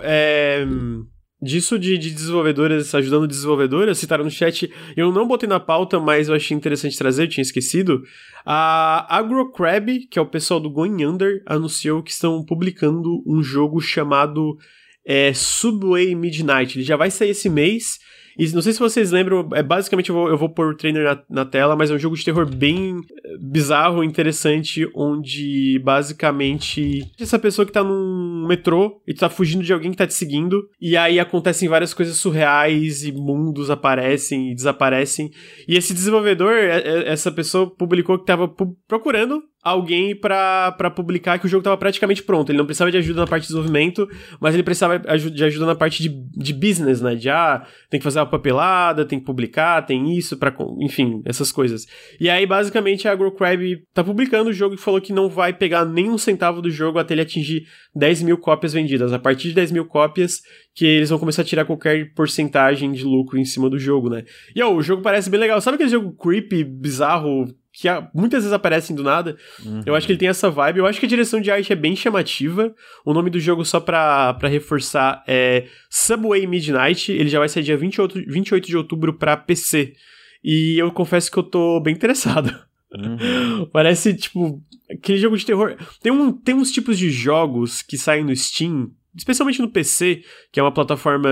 de desenvolvedoras, ajudando desenvolvedoras, citaram no chat, eu não botei na pauta, mas eu achei interessante trazer, eu tinha esquecido. A AgroCrab, que é o pessoal do Going Under, anunciou que estão publicando um jogo chamado Subway Midnight. Ele já vai sair esse mês. E não sei se vocês lembram, basicamente eu vou pôr o trailer na tela, mas é um jogo de terror bem bizarro, interessante, onde basicamente essa pessoa que tá num metrô e tá fugindo de alguém que tá te seguindo, e aí acontecem várias coisas surreais e mundos aparecem e desaparecem, e esse desenvolvedor, essa pessoa publicou que tava procurando alguém pra publicar, que o jogo tava praticamente pronto. Ele não precisava de ajuda na parte de desenvolvimento, mas ele precisava de ajuda na parte de business, né? Tem que fazer uma papelada, tem que publicar, tem isso, enfim, essas coisas. E aí, basicamente, a AgroCrab tá publicando o jogo e falou que não vai pegar nem um centavo do jogo até ele atingir 10 mil cópias vendidas. A partir de 10 mil cópias, que eles vão começar a tirar qualquer porcentagem de lucro em cima do jogo, né? E, o jogo parece bem legal. Sabe aquele jogo creepy, bizarro, que muitas vezes aparecem do nada? Eu acho que ele tem essa vibe. Eu acho que a direção de arte é bem chamativa. O nome do jogo, só pra reforçar, é Subway Midnight. Ele já vai sair dia 28 de outubro pra PC. E eu confesso que eu tô bem interessado. Parece, tipo, aquele jogo de terror. Tem uns tipos de jogos que saem no Steam, especialmente no PC, que é uma plataforma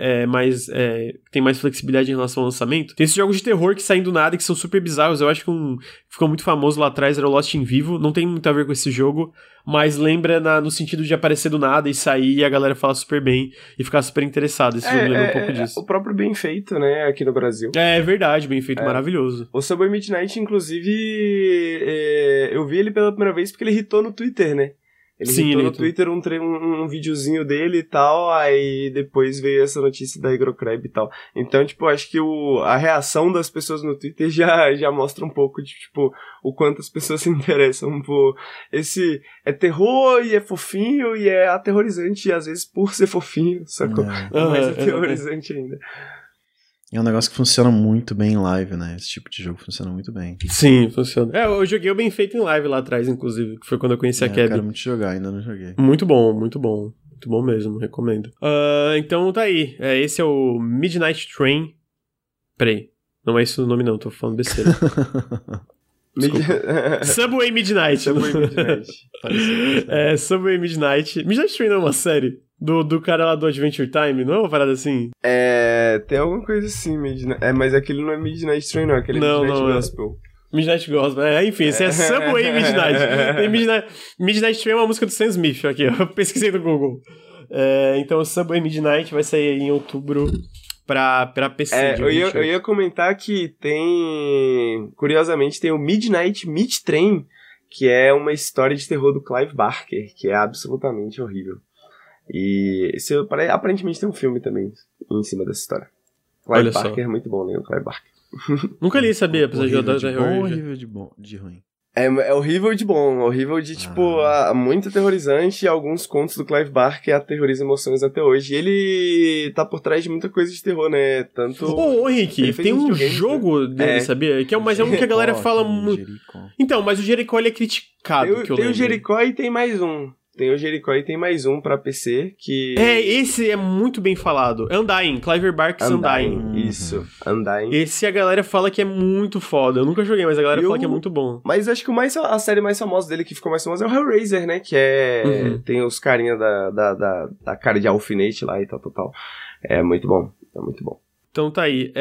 que tem mais flexibilidade em relação ao lançamento. Tem esses jogos de terror que saem do nada e que são super bizarros. Eu acho que ficou muito famoso lá atrás, era o Lost in Vivo. Não tem muito a ver com esse jogo, mas lembra no sentido de aparecer do nada e sair e a galera falar super bem e ficar super interessado. Esse jogo lembra um pouco disso. O próprio Bem Feito, né, aqui no Brasil. É verdade, Bem Feito, maravilhoso. O Subway Midnight, inclusive, eu vi ele pela primeira vez porque ele hitou no Twitter, né? Ele hitou no Twitter um videozinho dele e tal, aí depois veio essa notícia da AgroCrab e tal. Então, tipo, acho que a reação das pessoas no Twitter já mostra um pouco de, tipo, o quanto as pessoas se interessam por esse... É terror e é fofinho e é aterrorizante, e às vezes por ser fofinho, sacou? É mais aterrorizante ainda. É um negócio que funciona muito bem em live, né? Esse tipo de jogo funciona muito bem. Sim, funciona. Eu joguei o Bem Feito em live lá atrás, inclusive, que foi quando eu conheci a Keb. Eu quero muito jogar, ainda não joguei. Muito bom, muito bom. Muito bom mesmo, recomendo. Então tá aí. Esse é o Midnight Train. Peraí, não é esse o nome não, tô falando besteira. Subway Midnight. Subway Midnight. Subway Midnight. Midnight Train não é uma série? Do cara lá do Adventure Time, não é uma parada assim? Tem alguma coisa assim, mas aquele não é Midnight Train, não, aquele é Midnight Gospel. Midnight Gospel, enfim, esse é Subway Midnight. Midnight Train é uma música do Sam Smith, aqui, eu pesquisei no Google. Então, Subway Midnight vai sair em outubro pra PC. Eu ia comentar que curiosamente, tem o Midnight Meat Train, que é uma história de terror do Clive Barker, que é absolutamente horrível. E aparentemente tem um filme também em cima dessa história. Clive Barker é muito bom, né? O Clive Barker. Nunca li, sabia, apesar de jogar horrível de ruim. É horrível de bom, horrível de, muito aterrorizante, e alguns contos do Clive Barker aterrorizam emoções até hoje. E ele tá por trás de muita coisa de terror, né? Tanto... Ô, Henrique, tem um jogo dele, sabia? Mas é um que a galera fala muito... Então, mas o Jericó, ele é criticado. Tem o Jericó e tem mais um. Tem o Jericho e tem mais um pra PC que... Esse é muito bem falado. Undying, Clive Barks Undying. Isso, Undying. Esse a galera fala que é muito foda. Eu nunca joguei, mas a galera fala que é muito bom. Mas acho que a série mais famosa dele, que ficou mais famosa, é o Hellraiser, né? Que é... Tem os carinha da cara de alfinete lá e tal. É muito bom, é muito bom. Então tá aí.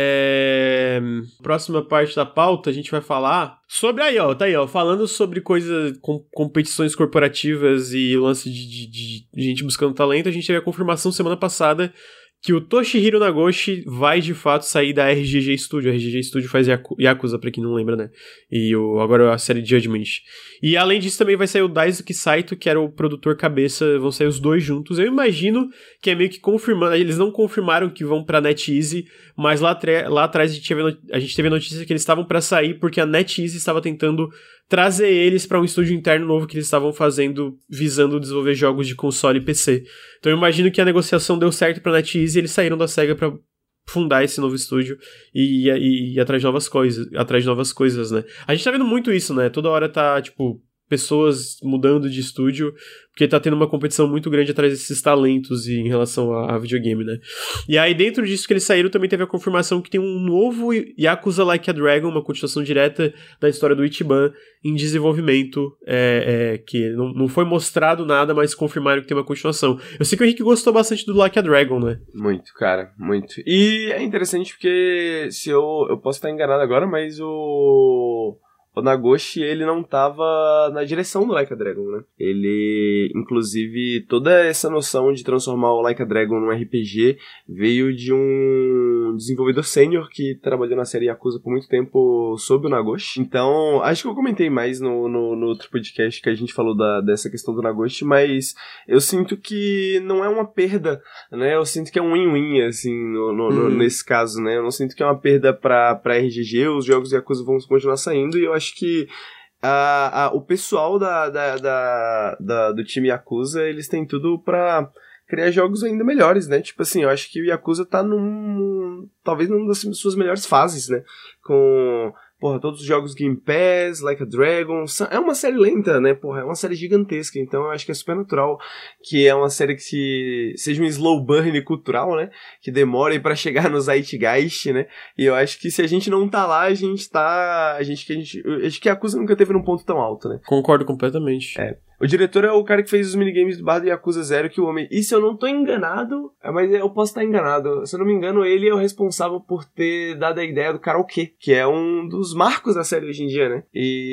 Próxima parte da pauta, a gente vai falar sobre falando sobre competições corporativas e o lance de gente buscando talento. A gente teve a confirmação semana passada que o Toshihiro Nagoshi vai de fato sair da RGG Studio. A RGG Studio faz Yakuza, pra quem não lembra, né? E agora a série Judgment. E além disso também vai sair o Daisuke Saito, que era o produtor cabeça, vão sair os dois juntos. Eu imagino que é meio que confirmando, eles não confirmaram que vão pra NetEase, mas lá atrás a gente teve a notícia que eles estavam pra sair porque a NetEase estava tentando trazer eles pra um estúdio interno novo que eles estavam fazendo, visando desenvolver jogos de console e PC. Então eu imagino que a negociação deu certo pra NetEase e eles saíram da SEGA pra fundar esse novo estúdio e ir atrás de novas coisas, né? A gente tá vendo muito isso, né? Toda hora tá, tipo, pessoas mudando de estúdio, porque tá tendo uma competição muito grande atrás desses talentos em relação a videogame, né? E aí, dentro disso que eles saíram, também teve a confirmação que tem um novo Yakuza Like a Dragon, uma continuação direta da história do Ichiban, em desenvolvimento, que não foi mostrado nada, mas confirmaram que tem uma continuação. Eu sei que o Henrique gostou bastante do Like a Dragon, né? Muito, cara, muito. E é interessante porque, se eu posso estar enganado agora, mas o Nagoshi, ele não tava na direção do Like a Dragon, né? Ele, inclusive, toda essa noção de transformar o Like a Dragon num RPG veio de um desenvolvedor sênior que trabalhou na série Yakuza por muito tempo sob o Nagoshi. Então, acho que eu comentei mais no outro podcast que a gente falou dessa questão do Nagoshi, mas eu sinto que não é uma perda, né? Eu sinto que é um win-win, assim, nesse caso, né? Eu não sinto que é uma perda pra RGG, os jogos Yakuza vão continuar saindo e eu acho que o pessoal do time Yakuza, eles têm tudo pra criar jogos ainda melhores, né? Tipo assim, eu acho que o Yakuza tá talvez numa das suas melhores fases, né? Com, todos os jogos Game Pass, Like a Dragon, é uma série lenta, né? É uma série gigantesca, então eu acho que é super natural que é uma série que seja um slow burn cultural, né? Que demore pra chegar no Zeitgeist, né? E eu acho que se a gente não tá lá, eu acho que a Yakuza nunca teve num ponto tão alto, né? Concordo completamente. O diretor é o cara que fez os minigames do bar do Yakuza 0, que o homem... E se eu não tô enganado... Mas eu posso estar enganado. Se eu não me engano, ele é o responsável por ter dado a ideia do karaokê, que é um dos marcos da série hoje em dia, né?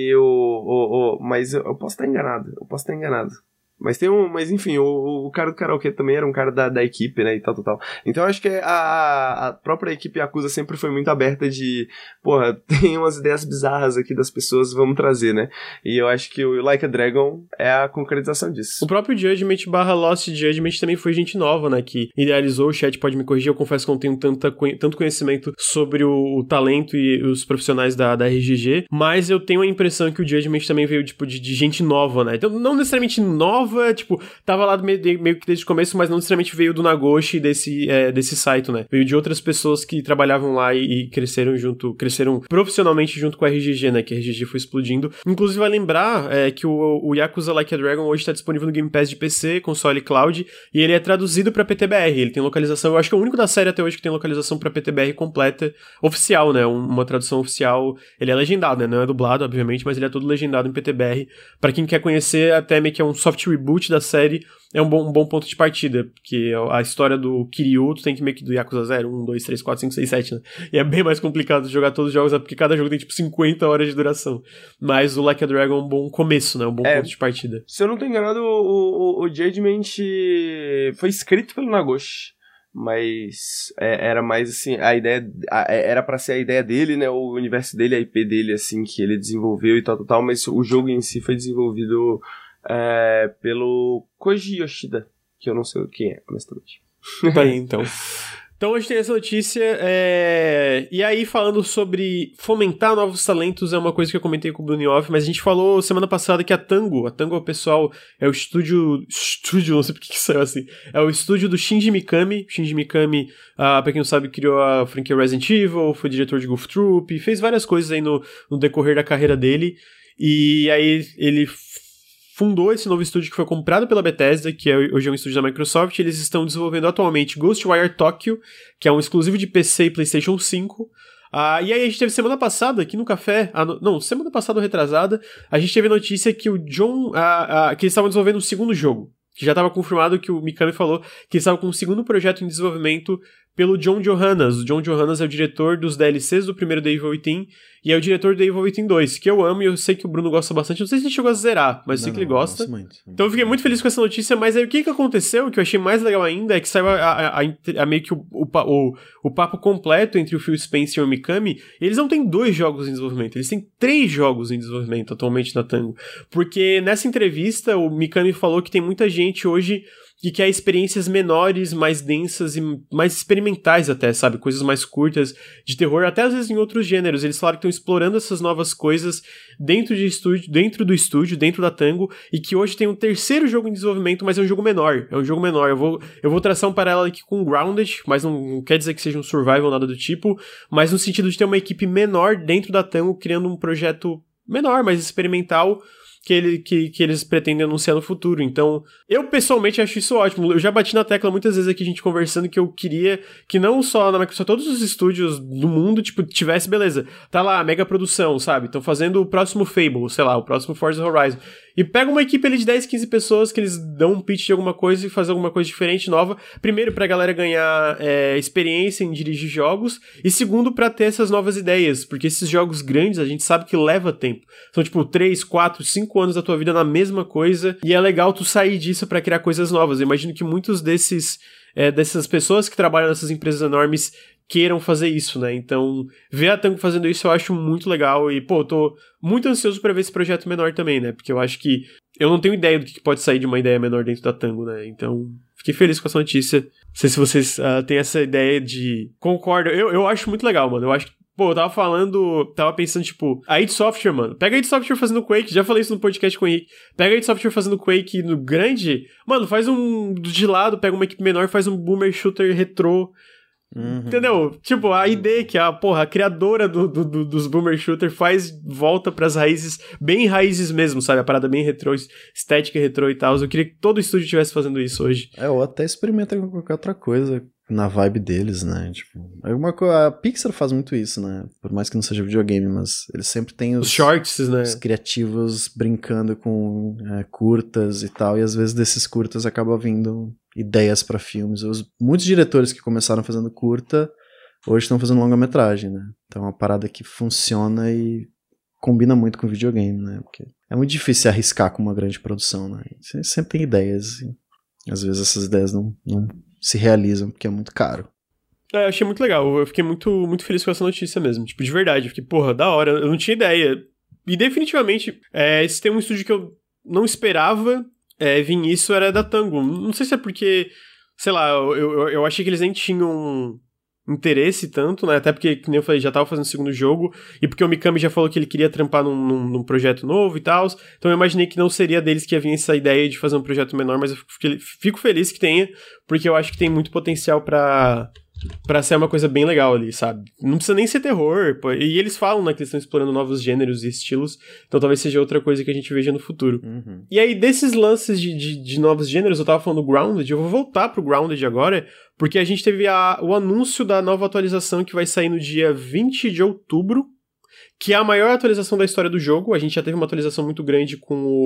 Mas eu posso estar enganado. Mas enfim, o cara do karaokê também era um cara da equipe, né, e tal. Então eu acho que a própria equipe Yakuza sempre foi muito aberta de, tem umas ideias bizarras aqui das pessoas, vamos trazer, né? E eu acho que o Like a Dragon é a concretização disso. O próprio Judgment / Lost Judgment também foi gente nova, né, que idealizou. O chat pode me corrigir, eu confesso que eu não tenho tanto conhecimento sobre o talento e os profissionais da RGG, mas eu tenho a impressão que o Judgment também veio, tipo, de gente nova, né? Então, não necessariamente nova, tipo, tava lá meio que desde o começo, mas não necessariamente veio do Nagoshi desse Saito, né? Veio de outras pessoas que trabalhavam lá e cresceram profissionalmente junto com a RGG, né? Que a RGG foi explodindo. Inclusive, vai lembrar que o Yakuza Like a Dragon hoje tá disponível no Game Pass de PC, console e cloud, e ele é traduzido pra PTBR. Ele tem localização, eu acho que é o único da série até hoje que tem localização pra PTBR completa, oficial, né? Uma tradução oficial. Ele é legendado, né? Não é dublado, obviamente, mas ele é todo legendado em PTBR. Pra quem quer conhecer, até meio que é um soft reboot da série, é um bom ponto de partida, porque a história do Kiryu, tu tem que meio que do Yakuza 0, 1, 2, 3, 4, 5, 6, 7, né? E é bem mais complicado de jogar todos os jogos, porque cada jogo tem tipo 50 horas de duração. Mas o Like a Dragon é um bom começo, né? Um bom ponto de partida. Se eu não tô enganado, o Judgment foi escrito pelo Nagoshi. Mas era mais assim, a ideia era pra ser a ideia dele, né, o universo dele, a IP dele, assim, que ele desenvolveu e tal, mas o jogo em si foi desenvolvido pelo Koji Yoshida, que eu não sei quem é, honestamente. Tá aí, então. Então hoje tem essa notícia, e aí falando sobre fomentar novos talentos, é uma coisa que eu comentei com o Bruno Off, mas a gente falou semana passada que a Tango, o pessoal, é o estúdio, não sei porque que saiu assim, é o estúdio do Shinji Mikami. Pra quem não sabe, criou a franquia Resident Evil, foi diretor de Goof Troop, fez várias coisas aí no decorrer da carreira dele, e aí ele fundou esse novo estúdio que foi comprado pela Bethesda, que hoje é um estúdio da Microsoft. Eles estão desenvolvendo atualmente Ghostwire Tokyo, que é um exclusivo de PC e PlayStation 5. E aí a gente teve semana passada, aqui no café, semana passada ou retrasada, a gente teve notícia que o John, que eles estavam desenvolvendo um segundo jogo, que já estava confirmado que o Mikami falou que eles estavam com um segundo projeto em desenvolvimento pelo John Johannes. O John Johannes é o diretor dos DLCs do primeiro The Evil Within e é o diretor do The Evil Within 2, que eu amo e eu sei que o Bruno gosta bastante. Não sei se ele chegou a zerar, mas eu sei que ele gosta. Muito. Então eu fiquei muito feliz com essa notícia, mas aí o que aconteceu, o que eu achei mais legal ainda, é que saiu meio que o papo completo entre o Phil Spencer e o Mikami. Eles não têm 2 jogos em desenvolvimento, eles têm 3 jogos em desenvolvimento atualmente na Tango. Porque nessa entrevista o Mikami falou que tem muita gente hoje que quer experiências menores, mais densas e mais experimentais até, sabe? Coisas mais curtas de terror, até às vezes em outros gêneros. Eles falaram que estão explorando essas novas coisas dentro do estúdio, dentro da Tango, e que hoje tem um 3º jogo em desenvolvimento, mas é um jogo menor. Eu vou traçar um paralelo aqui com Grounded, mas não quer dizer que seja um survival, nada do tipo, mas no sentido de ter uma equipe menor dentro da Tango, criando um projeto menor, mais experimental, que eles pretendem anunciar no futuro. Então, eu pessoalmente acho isso ótimo. Eu já bati na tecla muitas vezes aqui, a gente conversando, que eu queria que não só na Microsoft, todos os estúdios do mundo, tipo, tivesse, beleza, tá lá, mega produção, sabe? Estão fazendo o próximo Fable, sei lá, o próximo Forza Horizon. E pega uma equipe ali de 10, 15 pessoas que eles dão um pitch de alguma coisa e fazem alguma coisa diferente, nova. Primeiro, pra galera ganhar experiência em dirigir jogos. E segundo, pra ter essas novas ideias. Porque esses jogos grandes, a gente sabe que leva tempo. São tipo 3, 4, 5 anos da tua vida na mesma coisa. E é legal tu sair disso pra criar coisas novas. Eu imagino que muitos dessas pessoas que trabalham nessas empresas enormes queiram fazer isso, né? Então, ver a Tango fazendo isso eu acho muito legal e, pô, eu tô muito ansioso pra ver esse projeto menor também, né? Porque eu acho que eu não tenho ideia do que pode sair de uma ideia menor dentro da Tango, né? Então, fiquei feliz com essa notícia. Não sei se vocês têm essa ideia de... Concordo. Eu acho muito legal, mano. Eu acho que, pô, eu tava pensando, tipo, a id Software, mano. Pega a id Software fazendo Quake, já falei isso no podcast com o Henrique. Pega a id Software fazendo Quake no grande, mano, faz um de lado, pega uma equipe menor, faz um boomer shooter retrô. Entendeu? Tipo, a ideia que a criadora dos boomer shooter volta pras raízes, bem raízes mesmo, sabe? A parada bem retrô, estética retrô e tal. Eu queria que todo estúdio estivesse fazendo isso hoje. Ou até experimenta com qualquer outra coisa na vibe deles, né? Tipo, a Pixar faz muito isso, né? Por mais que não seja videogame, mas eles sempre têm os shorts, né? Os criativos brincando com curtas e tal, e às vezes desses curtas acaba vindo ideias pra filmes. Muitos diretores que começaram fazendo curta hoje estão fazendo longa-metragem, né? Então é uma parada que funciona e combina muito com videogame, né? Porque é muito difícil arriscar com uma grande produção, né? Você sempre tem ideias e às vezes essas ideias não se realizam porque é muito caro. Eu achei muito legal. Eu fiquei muito, muito feliz com essa notícia mesmo. Tipo, de verdade. Eu fiquei, porra, da hora. Eu não tinha ideia. E definitivamente, se tem um estúdio que eu não esperava vir isso, era da Tango. Não sei se é porque, sei lá, eu achei que eles nem tinham interesse tanto, né? Até porque, como eu falei, já tava fazendo o segundo jogo, e porque o Mikami já falou que ele queria trampar num projeto novo e tal, então eu imaginei que não seria deles que ia vir essa ideia de fazer um projeto menor, mas eu fico feliz que tenha, porque eu acho que tem muito potencial pra ser uma coisa bem legal ali, sabe? Não precisa nem ser terror, pô. E eles falam, né, que eles estão explorando novos gêneros e estilos, então talvez seja outra coisa que a gente veja no futuro. Uhum. E aí, desses lances de novos gêneros, eu tava falando do Grounded, eu vou voltar pro Grounded agora, porque a gente teve o anúncio da nova atualização que vai sair no dia 20 de outubro, que é a maior atualização da história do jogo. A gente já teve uma atualização muito grande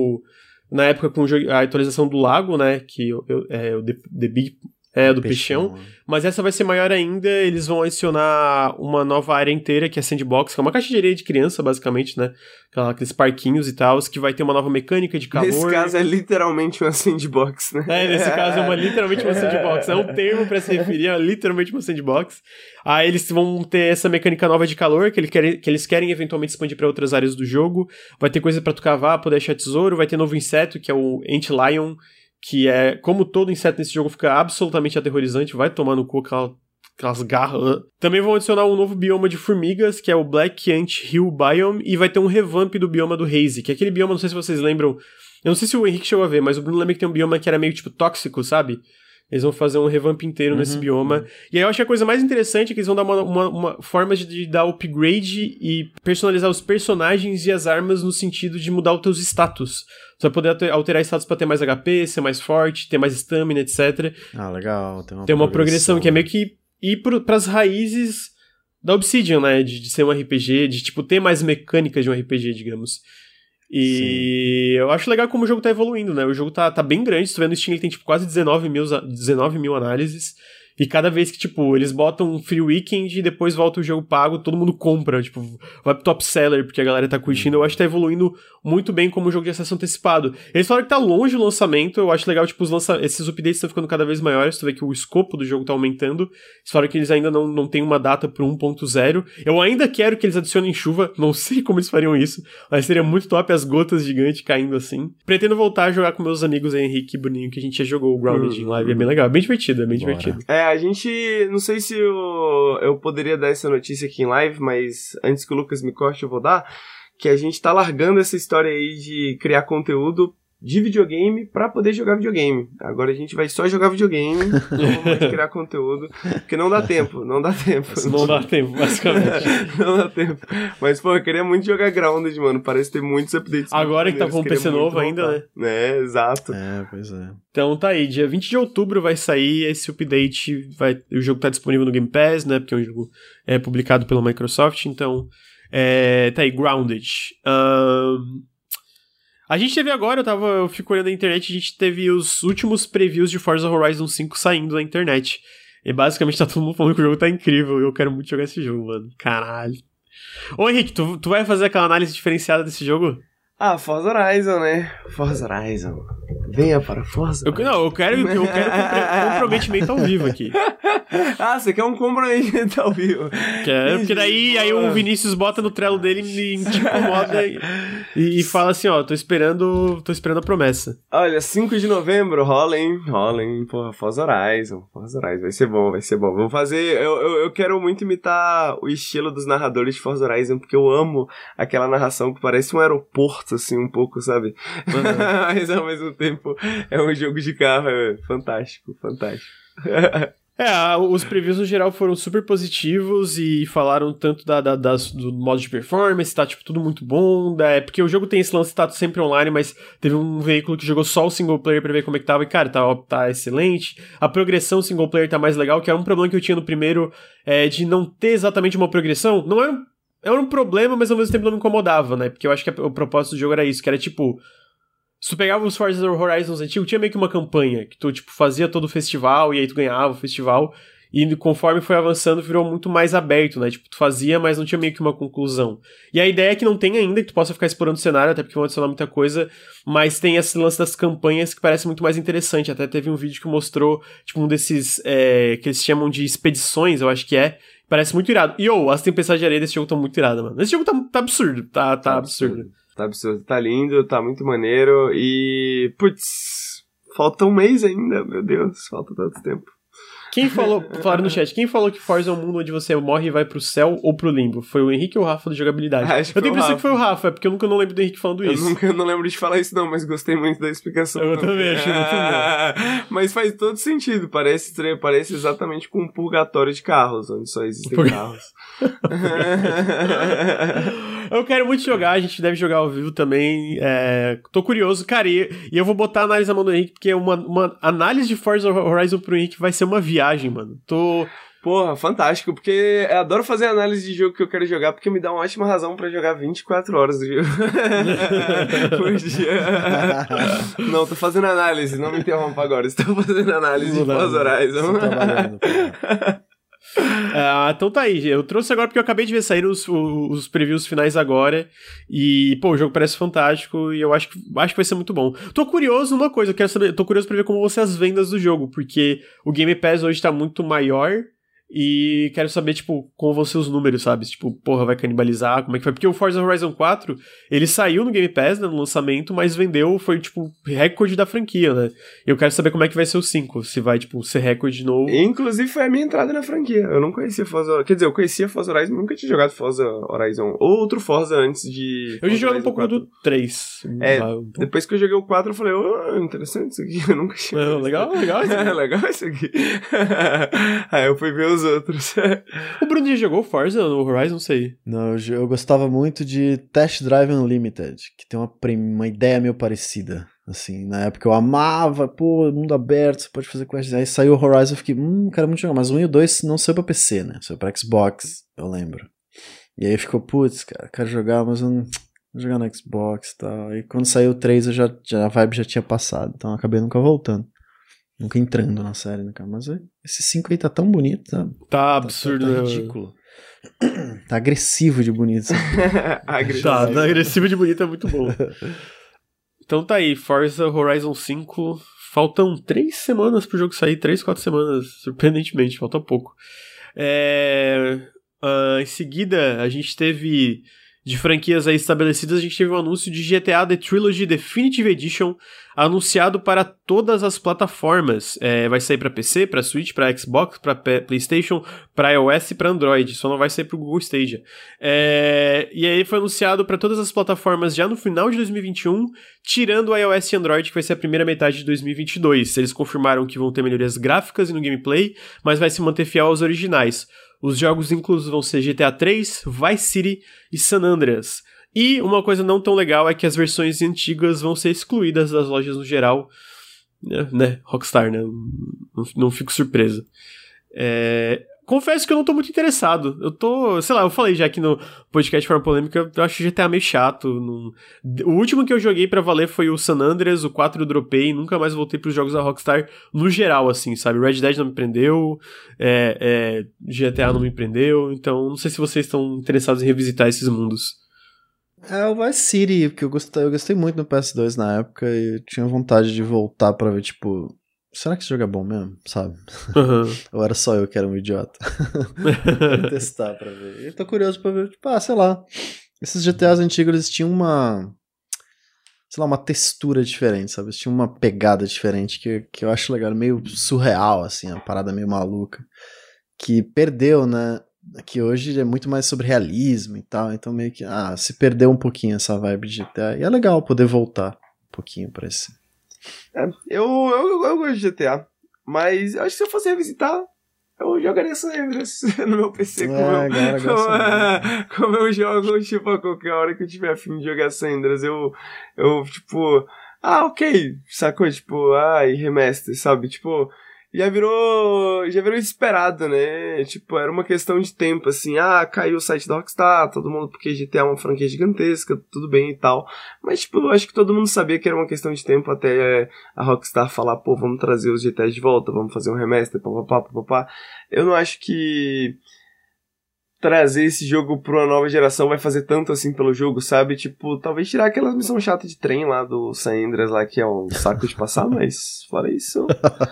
na época com a atualização do lago, né, que o The Big... do Peixão, mas essa vai ser maior ainda. Eles vão adicionar uma nova área inteira, que é Sandbox, que é uma caixa de areia de criança, basicamente, né? Aqueles parquinhos e tal, que vai ter uma nova mecânica de calor. Nesse caso é literalmente uma sandbox, né? Nesse caso é literalmente uma sandbox. É um termo pra se referir, é literalmente uma sandbox. Aí eles vão ter essa mecânica nova de calor, que eles querem eventualmente expandir pra outras áreas do jogo. Vai ter coisa pra tu cavar, poder achar tesouro. Vai ter novo inseto, que é o Antlion, que é, como todo inseto nesse jogo fica absolutamente aterrorizante, vai tomar no cu aquelas garras. Também vão adicionar um novo bioma de formigas, que é o Black Ant Hill Biome, e vai ter um revamp do bioma do Haze, que é aquele bioma, não sei se vocês lembram, eu não sei se o Henrique chegou a ver, mas o Bruno lembra que tem um bioma que era meio tipo tóxico, sabe? Eles vão fazer um revamp inteiro nesse bioma. E aí eu acho que a coisa mais interessante é que eles vão dar uma forma de dar upgrade e personalizar os personagens e as armas no sentido de mudar os teus status. Você vai poder alterar status pra ter mais HP, ser mais forte, ter mais stamina, etc. Ah, legal. Tem uma progressão que é meio que ir pras raízes da Obsidian, né? De ser um RPG, de tipo ter mais mecânicas de um RPG, digamos. E eu acho legal como o jogo tá evoluindo, né? O jogo tá bem grande, se tu vê no Steam ele tem tipo quase 19 mil análises. E cada vez que, tipo, eles botam um free weekend e depois volta o jogo pago, todo mundo compra, tipo, vai pro top seller, porque a galera tá curtindo. Eu acho que tá evoluindo muito bem como jogo de acesso antecipado. Eles falaram que tá longe o lançamento, eu acho legal, tipo, esses updates estão ficando cada vez maiores, tu vê que o escopo do jogo tá aumentando. Eles falaram que eles ainda não tem uma data pro 1.0. Eu ainda quero que eles adicionem chuva, não sei como eles fariam isso, mas seria muito top as gotas gigantes caindo assim. Pretendo voltar a jogar com meus amigos aí, Henrique e Bruninho, que a gente já jogou o Grounded em live, é bem legal, é bem divertido, divertido. A gente, não sei se eu poderia dar essa notícia aqui em live, mas antes que o Lucas me corte eu vou dar, que a gente tá largando essa história aí de criar conteúdo de videogame pra poder jogar videogame. Agora a gente vai só jogar videogame, não vamos mais criar conteúdo, porque não dá tempo. Não dá tempo, basicamente. Não dá tempo. Mas, pô, eu queria muito jogar Grounded, mano, parece ter muitos updates. Agora que tá com um PC novo ainda, né? Exato. Pois é. Então tá aí, dia 20 de outubro vai sair esse update, o jogo tá disponível no Game Pass, né, porque é um jogo publicado pela Microsoft, então tá aí, Grounded. A gente teve agora, eu fico olhando na internet, a gente teve os últimos previews de Forza Horizon 5 saindo na internet. E basicamente tá todo mundo falando que o jogo tá incrível, e eu quero muito jogar esse jogo, mano. Caralho. Ô Henrique, tu vai fazer aquela análise diferenciada desse jogo? Forza Horizon, né? Forza Horizon. Venha para Forza. Eu quero comprometimento ao vivo aqui. Você quer um comprometimento ao vivo? Quero, porque daí aí o Vinícius bota no Trello dele e te incomoda e fala assim, tô esperando a promessa. Olha, 5 de novembro, rola, hein? Porra, Forza Horizon, vai ser bom. Vamos fazer, eu quero muito imitar o estilo dos narradores de Forza Horizon, porque eu amo aquela narração que parece um aeroporto, assim, um pouco, sabe? Mas ao mesmo tempo é um jogo de carro, fantástico. Os previews no geral foram super positivos e falaram tanto do modo de performance, tá tipo tudo muito bom, porque o jogo tem esse lance, tá sempre online, mas teve um veículo que jogou só o single player pra ver como é que tava e cara, tá excelente. A progressão single player tá mais legal, que era um problema que eu tinha no primeiro, de não ter exatamente uma progressão. Não era um problema, mas ao mesmo tempo não me incomodava, né, porque eu acho que o propósito do jogo era isso, que era tipo... Se tu pegava os Forza Horizons antigos, tinha meio que uma campanha, que tu, tipo, fazia todo o festival, e aí tu ganhava o festival, e conforme foi avançando, virou muito mais aberto, né? Tipo, tu fazia, mas não tinha meio que uma conclusão. E a ideia é que não tem ainda, que tu possa ficar explorando o cenário, até porque vão adicionar muita coisa, mas tem esse lance das campanhas que parece muito mais interessante. Até teve um vídeo que mostrou, tipo, um desses, que eles chamam de expedições, eu acho que parece muito irado. E, as tempestades de areia desse jogo estão muito iradas, mano. Esse jogo tá absurdo, tá absurdo. Tá absurdo, tá lindo, tá muito maneiro e... Putz, falta um mês ainda, meu Deus, falta tanto tempo. Falaram no chat, quem falou que Forza é um mundo onde você morre e vai pro céu ou pro limbo? Foi o Henrique ou o Rafa do Jogabilidade? Eu tenho a impressão que foi o Rafa, porque eu nunca não lembro do Henrique falando isso. Eu não lembro de falar isso não, mas gostei muito da explicação. Eu também achei muito bom. Mas faz todo sentido, parece exatamente com um purgatório de carros, onde só existem carros. Eu quero muito jogar, a gente deve jogar ao vivo também. Tô curioso, cara, e eu vou botar a análise na mão do Henrique, porque uma análise de Forza Horizon pro Henrique vai ser uma viagem, mano. Porra, fantástico, porque eu adoro fazer análise de jogo que eu quero jogar, porque me dá uma ótima razão pra jogar 24 horas do jogo. Por dia. Não, tô fazendo análise, não me interrompa agora, estou fazendo análise de Forza Horizon. Você tá valendo, então tá aí, eu trouxe agora porque eu acabei de ver sair os previews finais agora e, o jogo parece fantástico e eu acho que vai ser muito bom. Tô curioso numa coisa, tô curioso pra ver como vão ser as vendas do jogo, porque o Game Pass hoje tá muito maior E quero saber, tipo, como vão ser os números, sabe? Tipo, porra, vai canibalizar, como é que foi? Porque o Forza Horizon 4, ele saiu no Game Pass, né, no lançamento, mas vendeu, foi, tipo, recorde da franquia, né? E eu quero saber como é que vai ser o 5, se vai, tipo, ser recorde de novo. Inclusive, foi a minha entrada na franquia. Eu não conhecia Forza... Quer dizer, eu conhecia Forza Horizon, nunca tinha jogado Forza Horizon. Ou outro Forza antes de... Eu já joguei um pouco 4. Do 3. Depois que eu joguei o 4, eu falei, interessante isso aqui, eu nunca tinha... Legal isso aqui. Legal isso aqui. Aí eu fui ver os outros. O Bruno já jogou Forza no Horizon? Não sei. Não, eu gostava muito de Test Drive Unlimited, que tem uma ideia meio parecida. Assim, na época eu amava, mundo aberto, você pode fazer quests. Aí saiu o Horizon, eu fiquei, quero muito jogar. Mas o 1 e o 2 não saiu pra PC, né? Saiu pra Xbox, eu lembro. E aí ficou, cara, quero jogar, mas eu não vou jogar no Xbox e tal. E quando saiu o 3, a vibe já tinha passado. Então eu acabei nunca voltando. Nunca entrando na série, né, cara? Mas esse 5 aí tá tão bonito, sabe? Tá absurdo. Tá ridículo. Tá agressivo de bonito. Agressivo de bonito é muito bom. Então tá aí, Forza Horizon 5. Faltam 3 semanas pro jogo sair, 3, 4 semanas, surpreendentemente, falta pouco. Em seguida, a gente teve, de franquias aí estabelecidas, a gente teve um anúncio de GTA The Trilogy Definitive Edition, anunciado para todas as plataformas. Vai sair para PC, para Switch, para Xbox, para PlayStation, para iOS e para Android, só não vai sair para o Google Stadia. E aí foi anunciado para todas as plataformas já no final de 2021, tirando o iOS e Android, que vai ser a primeira metade de 2022. Eles confirmaram que vão ter melhorias gráficas e no gameplay, mas vai se manter fiel aos originais. Os jogos inclusos vão ser GTA 3, Vice City e San Andreas. E uma coisa não tão legal é que as versões antigas vão ser excluídas das lojas no geral. Né? Rockstar, né? Não fico surpreso. Confesso que eu não tô muito interessado. Eu falei já aqui no podcast Forma Polêmica, eu acho GTA meio chato. O último que eu joguei pra valer foi o San Andreas, o 4 eu dropei, nunca mais voltei pros jogos da Rockstar no geral, assim, sabe? Red Dead não me prendeu, GTA não me prendeu, então não sei se vocês estão interessados em revisitar esses mundos. O Vice City, porque eu gostei muito no PS2 na época e eu tinha vontade de voltar pra ver, tipo... Será que esse jogo é bom mesmo, sabe? Uhum. Ou era só eu que era um idiota? Quero testar pra ver. Eu tô curioso pra ver, tipo, sei lá. Esses GTAs antigos, eles tinham uma textura diferente, sabe? Eles tinham uma pegada diferente que eu acho legal, meio surreal, assim, uma parada meio maluca. Que perdeu, né? Que hoje é muito mais sobre realismo e tal, então meio que, se perdeu um pouquinho essa vibe de GTA. E é legal poder voltar um pouquinho pra esse... Eu gosto de GTA, mas eu acho que se eu fosse revisitar, eu jogaria San Andreas no meu PC como eu jogo, tipo, a qualquer hora que eu tiver afim de jogar San Andreas, eu tipo, ok, sacou? Tipo, e remaster, sabe? Tipo, já virou esperado, né? Tipo, era uma questão de tempo, assim, caiu o site da Rockstar, todo mundo, porque GTA é uma franquia gigantesca, tudo bem e tal, mas, tipo, eu acho que todo mundo sabia que era uma questão de tempo até a Rockstar falar, vamos trazer os GTAs de volta, vamos fazer um remaster, papapá. Eu não acho que trazer esse jogo pra uma nova geração vai fazer tanto assim pelo jogo, sabe? Tipo, talvez tirar aquela missão chata de trem lá do San Andreas lá, que é um saco de passar, mas fora isso...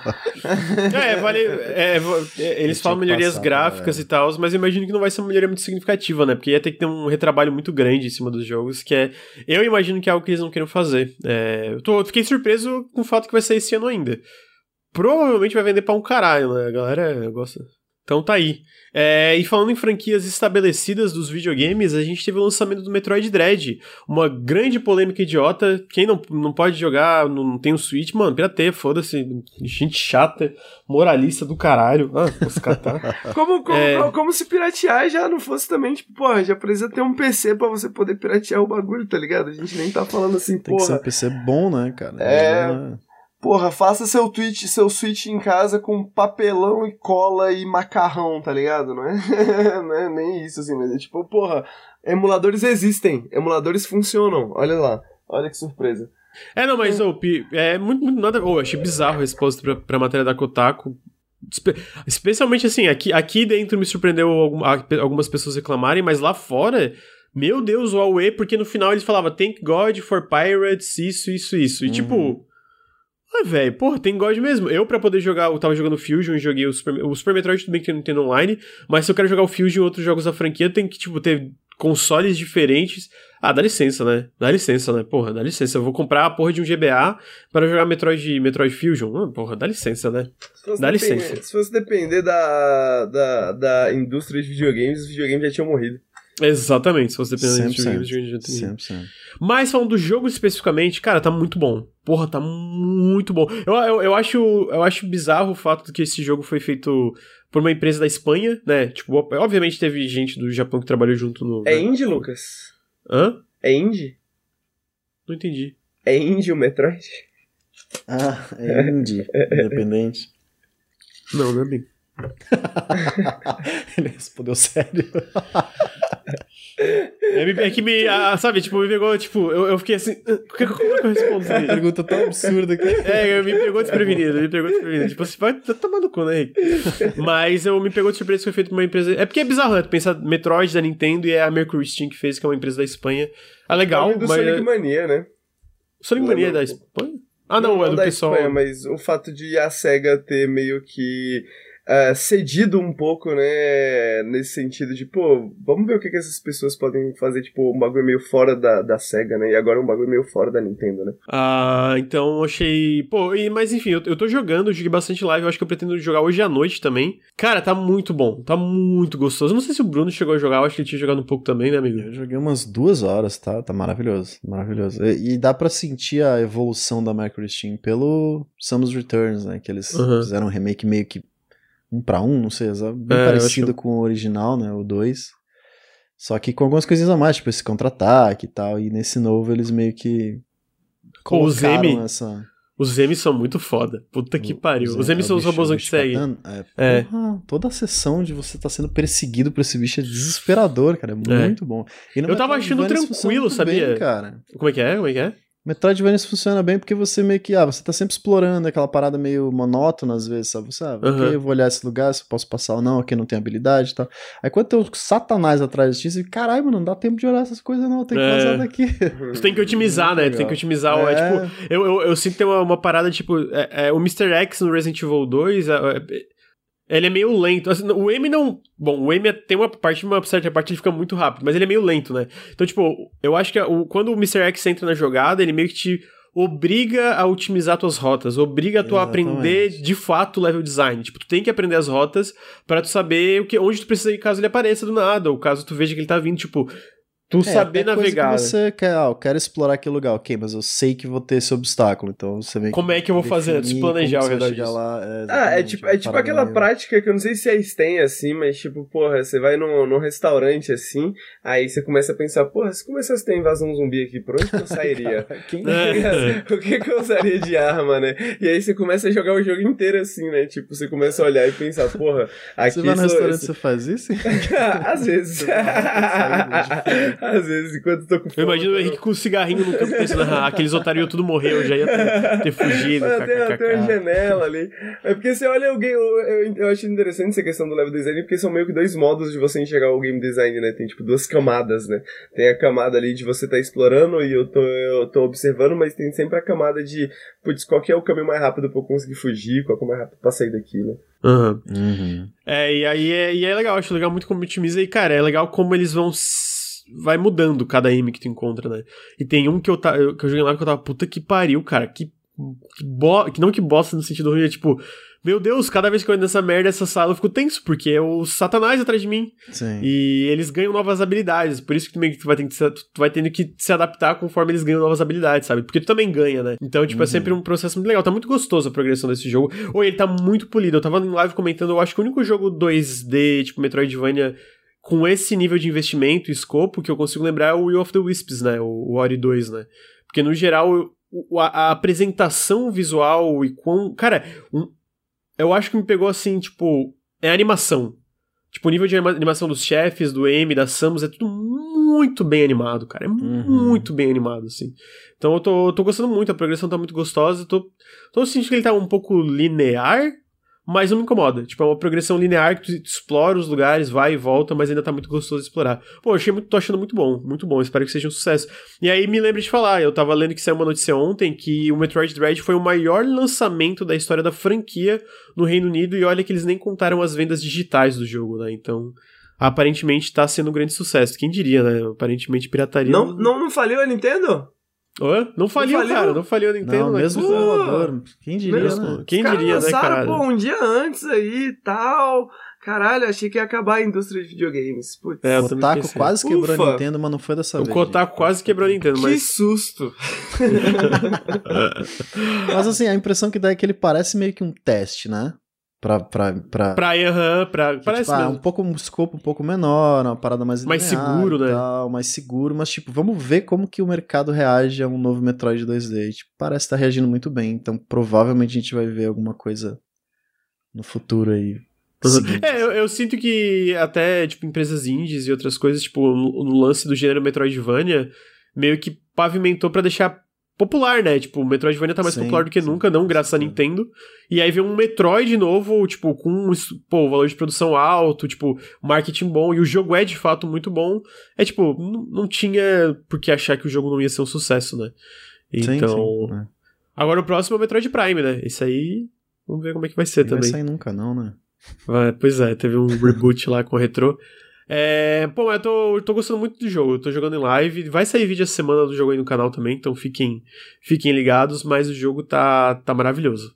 eles falam melhorias gráficas e tal, mas eu imagino que não vai ser uma melhoria muito significativa, né? Porque ia ter que ter um retrabalho muito grande em cima dos jogos, eu imagino que é algo que eles não queiram fazer. Eu fiquei surpreso com o fato que vai sair esse ano ainda. Provavelmente vai vender pra um caralho, né? A galera gosta... Então tá aí. E falando em franquias estabelecidas dos videogames, a gente teve o lançamento do Metroid Dread. Uma grande polêmica idiota. Quem não pode jogar, não tem o Switch, mano, pirateia, foda-se. Gente chata, moralista do caralho. Posso catar. Como se piratear já não fosse também, tipo, já precisa ter um PC pra você poder piratear o bagulho, tá ligado? A gente nem tá falando assim, Tem que ser um PC bom, né, cara? Faça seu Switch em casa com papelão e cola e macarrão, tá ligado? Não é nem isso, assim, mas é tipo, emuladores existem, emuladores funcionam, olha lá, olha que surpresa. Mas muito nada. Achei bizarro a resposta pra matéria da Kotaku. Especialmente assim, aqui dentro me surpreendeu algumas pessoas reclamarem, mas lá fora, meu Deus, o Huawei, porque no final eles falavam Thank God for Pirates, isso. E tipo. Velho, porra, tem God mesmo. Eu, pra poder jogar, eu tava jogando Fusion e joguei o Super Metroid, tudo bem que não tem online, mas se eu quero jogar o Fusion e outros jogos da franquia, tem que, tipo, ter consoles diferentes. Dá licença, né? Porra, dá licença. Eu vou comprar a porra de um GBA para jogar Metroid Fusion. Porra, dá licença, né? Dá licença. Se fosse depender da indústria de videogames, os videogames já tinham morrido. Exatamente, se fosse depender de videogames, já tinha morrido. Mas falando do jogo especificamente, cara, tá muito bom. Porra, tá muito bom. Eu acho bizarro o fato de que esse jogo foi feito por uma empresa da Espanha, né? Tipo, obviamente teve gente do Japão que trabalhou junto no... É indie, Lucas? Hã? É indie? Não entendi. É indie o Metroid? É indie. Independente. Não é bem. Ele respondeu sério. É que me... sabe, tipo, me pegou, tipo... Eu fiquei assim... Como é que eu respondo isso? Pergunta tão absurda que... Me pegou desprevenido. Tipo, você vai tomar no cu, né? Mas me pegou de surpresa que foi feito por uma empresa... É porque é bizarro, né? Tu pensa Metroid da Nintendo e é a Mercury Steam que fez, que é uma empresa da Espanha. Legal, do mas... Sonic Mania, né? Sonic Mania é da Espanha? Não, é do pessoal... Espanha, mas o fato de a SEGA ter meio que... cedido um pouco, né, nesse sentido de, pô, vamos ver o que essas pessoas podem fazer, tipo, um bagulho meio fora da SEGA, né, e agora um bagulho meio fora da Nintendo, né. Então achei, pô, mas enfim, eu tô jogando, eu joguei bastante live, eu acho que eu pretendo jogar hoje à noite também. Cara, tá muito bom, tá muito gostoso. Não sei se o Bruno chegou a jogar, eu acho que ele tinha jogado um pouco também, né, amigo? Eu joguei umas 2 horas, tá maravilhoso, maravilhoso. E dá pra sentir a evolução da Mercury Steam pelo Samus Returns, né, que eles fizeram um remake meio que 1-1, não sei, bem parecido com o original, né, o 2. Só que com algumas coisinhas a mais, tipo esse contra-ataque e tal, e nesse novo eles meio que colocaram essa... Os Zemi são muito foda, puta que pariu. Os Zemi são os robôs que seguem. Porra, toda a sessão de você tá sendo perseguido por esse bicho é desesperador, cara, é muito bom. Eu tava achando tranquilo, sabia? Bem, cara. Como é que é? Metroidvania funciona bem porque você meio que, você tá sempre explorando aquela parada meio monótona às vezes, sabe? Você, ok, eu vou olhar esse lugar, se eu posso passar ou não, aqui não tem habilidade e tal. Aí quando tem um satanás atrás de ti, você fica, caralho, mano, não dá tempo de olhar essas coisas não, tem que vazar daqui. Você tem que otimizar, né? Tu tem que otimizar, tipo, eu sinto que tem uma parada, tipo, o Mr. X no Resident Evil 2, ele é meio lento. Assim, o M não... Bom, o M tem uma certa parte ele fica muito rápido, mas ele é meio lento, né? Então, tipo, eu acho que quando o Mr. X entra na jogada, ele meio que te obriga a otimizar tuas rotas, obriga tu a aprender, de fato, o level design. Tipo, tu tem que aprender as rotas pra tu saber onde tu precisa ir caso ele apareça do nada, ou caso tu veja que ele tá vindo, tipo... Tu saber navegar. Que você quer, eu quero explorar aquele lugar, ok, mas eu sei que vou ter esse obstáculo, então você vem. Como é que eu vou fazer? Se planejar ao redor disso. Lá, é tipo aquela prática que eu não sei se eles têm assim, mas tipo, porra, você vai num restaurante assim, aí você começa a pensar, porra, se começasse a ter invasão zumbi aqui, por onde que eu sairia? O que eu usaria de arma, né? E aí você começa a jogar o jogo inteiro assim, né? Tipo, você começa a olhar e pensar, porra, aqui. Você vai no restaurante, você faz isso? Às vezes. Às vezes, enquanto eu tô com fome. Eu imagino o Henrique com um cigarrinho no canto pensando, aqueles otários tudo morreu, já ia ter fugido. Tem uma janela ali. É porque você olha o game. Eu acho interessante essa questão do level design, porque são meio que 2 modos de você enxergar o game design, né? Tem tipo 2 camadas, né? Tem a camada ali de você tá explorando e eu tô observando, mas tem sempre a camada de, putz, qual que é o caminho mais rápido pra eu conseguir fugir, qual que é o mais rápido pra sair daqui, né? E aí é legal, acho legal muito como otimiza, e cara, é legal como eles vai mudando cada M que tu encontra, né? E tem um que eu joguei lá que eu tava, puta que pariu, cara, que bosta no sentido ruim, é tipo, meu Deus, cada vez que eu entro nessa merda, essa sala eu fico tenso, porque é o satanás atrás de mim. Sim. E eles ganham novas habilidades, por isso que tu vai tendo que se adaptar conforme eles ganham novas habilidades, sabe? Porque tu também ganha, né? Então, tipo, é sempre um processo muito legal. Tá muito gostoso a progressão desse jogo. Ele tá muito polido. Eu tava em live comentando, eu acho que o único jogo 2D, tipo Metroidvania, com esse nível de investimento e escopo que eu consigo lembrar é o Will of the Wisps, né? O Ori 2, né? Porque, no geral, a apresentação visual e Cara, eu acho que me pegou assim, tipo... É animação. Tipo, o nível de animação dos chefes, do M, da Samus, é tudo muito bem animado, cara. É muito bem animado, assim. Então eu tô gostando muito, a progressão tá muito gostosa. Tô sentindo que ele tá um pouco linear, mas não me incomoda. Tipo, é uma progressão linear que tu explora os lugares, vai e volta, mas ainda tá muito gostoso de explorar. Pô, tô achando muito bom, espero que seja um sucesso. E aí me lembro de falar, eu tava lendo que saiu uma notícia ontem que o Metroid Dread foi o maior lançamento da história da franquia no Reino Unido, e olha que eles nem contaram as vendas digitais do jogo, né? Então, aparentemente tá sendo um grande sucesso. Quem diria, né? Aparentemente pirataria... Não faliu a Nintendo? Não faliu, cara. Não faliu a Nintendo. Não, mesmo emulador. Quem diria, né? Quem diria, né, cara? Pô, um dia antes aí e tal. Caralho, achei que ia acabar a indústria de videogames. Putz. O Kotaku quase quebrou a Nintendo, mas não foi dessa vez. O Kotaku quase quebrou a Nintendo, mas... Que susto! Mas assim, a impressão que dá é que ele parece meio que um teste, né? Parece mesmo. Um escopo um pouco menor, uma parada mais seguro, né? Tal, mais seguro, mas tipo, vamos ver como que o mercado reage a um novo Metroid 2D. Tipo, parece estar reagindo muito bem, então provavelmente a gente vai ver alguma coisa no futuro aí. Eu sinto que até, tipo, empresas indies e outras coisas, tipo, no lance do gênero Metroidvania, meio que pavimentou pra deixar popular, né? Tipo, o Metroidvania tá mais popular do que nunca, não graças à Nintendo. E aí vem um Metroid novo, tipo, com valor de produção alto, tipo, marketing bom, e o jogo é de fato muito bom. É tipo, não tinha por que achar que o jogo não ia ser um sucesso, né? Então... Sim. Agora o próximo é o Metroid Prime, né? Esse aí, vamos ver como é que vai ser também. Não vai sair nunca não, né? Pois é, teve um reboot lá com o Retro. Mas eu tô gostando muito do jogo, eu tô jogando em live, vai sair vídeo essa semana do jogo aí no canal também, então fiquem ligados, mas o jogo tá maravilhoso.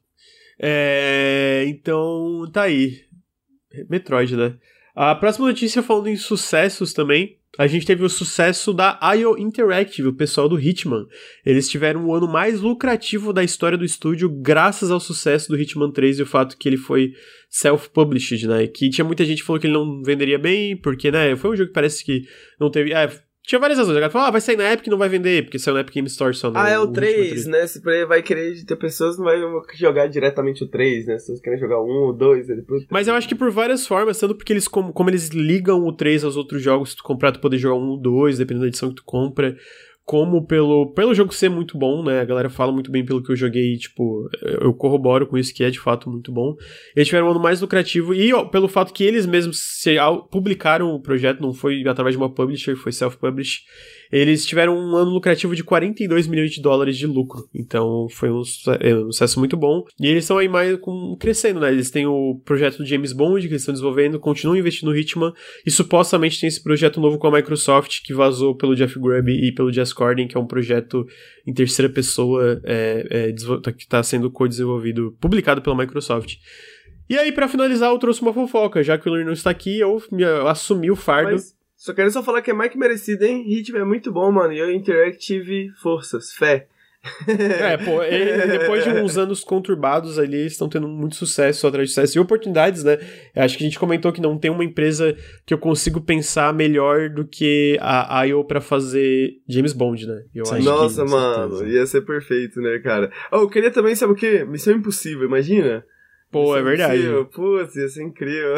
Então, tá aí. Metroid, né? A próxima notícia falando em sucessos também, a gente teve o sucesso da IO Interactive, o pessoal do Hitman. Eles tiveram o ano mais lucrativo da história do estúdio graças ao sucesso do Hitman 3 e o fato que ele foi self-published, né? Que tinha muita gente que falou que ele não venderia bem, porque, né, foi um jogo que parece que não teve... tinha várias razões. A galera falou, vai sair na Epic e não vai vender, porque saiu na Epic Game Store só. É o 3, né? Se vai querer ter pessoas não vai jogar diretamente o 3, né? Se vocês querem jogar um ou dois, depois... Mas eu acho que por várias formas, tanto porque eles, como eles ligam o 3 aos outros jogos, se tu comprar, tu poder jogar um ou dois, dependendo da edição que tu compra, como pelo jogo ser muito bom, né? A galera fala muito bem pelo que eu joguei, tipo, eu corroboro com isso, que é de fato muito bom. Eles tiveram um ano mais lucrativo e pelo fato que eles mesmos publicaram o projeto, não foi através de uma publisher, foi self-publish, eles tiveram um ano lucrativo de $42 milhões de lucro. Então foi um sucesso muito bom. E eles estão aí mais crescendo, né? Eles têm o projeto do James Bond que eles estão desenvolvendo, continuam investindo no Hitman e supostamente tem esse projeto novo com a Microsoft que vazou pelo Jeff Grubb e pelo Jez Corden, que é um projeto em terceira pessoa que está sendo co-desenvolvido, publicado pela Microsoft. E aí, pra finalizar, eu trouxe uma fofoca. Já que o Luiz não está aqui, eu assumi o fardo. Mas só quero falar que é mais que merecido, hein? Hitman é muito bom, mano. E eu Interactive forças, fé. Depois de uns anos conturbados ali, eles estão tendo muito sucesso atrás de sucesso e oportunidades, né? Acho que a gente comentou que não tem uma empresa que eu consigo pensar melhor do que a IO pra fazer James Bond, né? Nossa, mano, ia ser perfeito, né, cara? Eu queria também, sabe o quê? Missão Impossível, imagina? Pô, é verdade. Putz, ia ser incrível.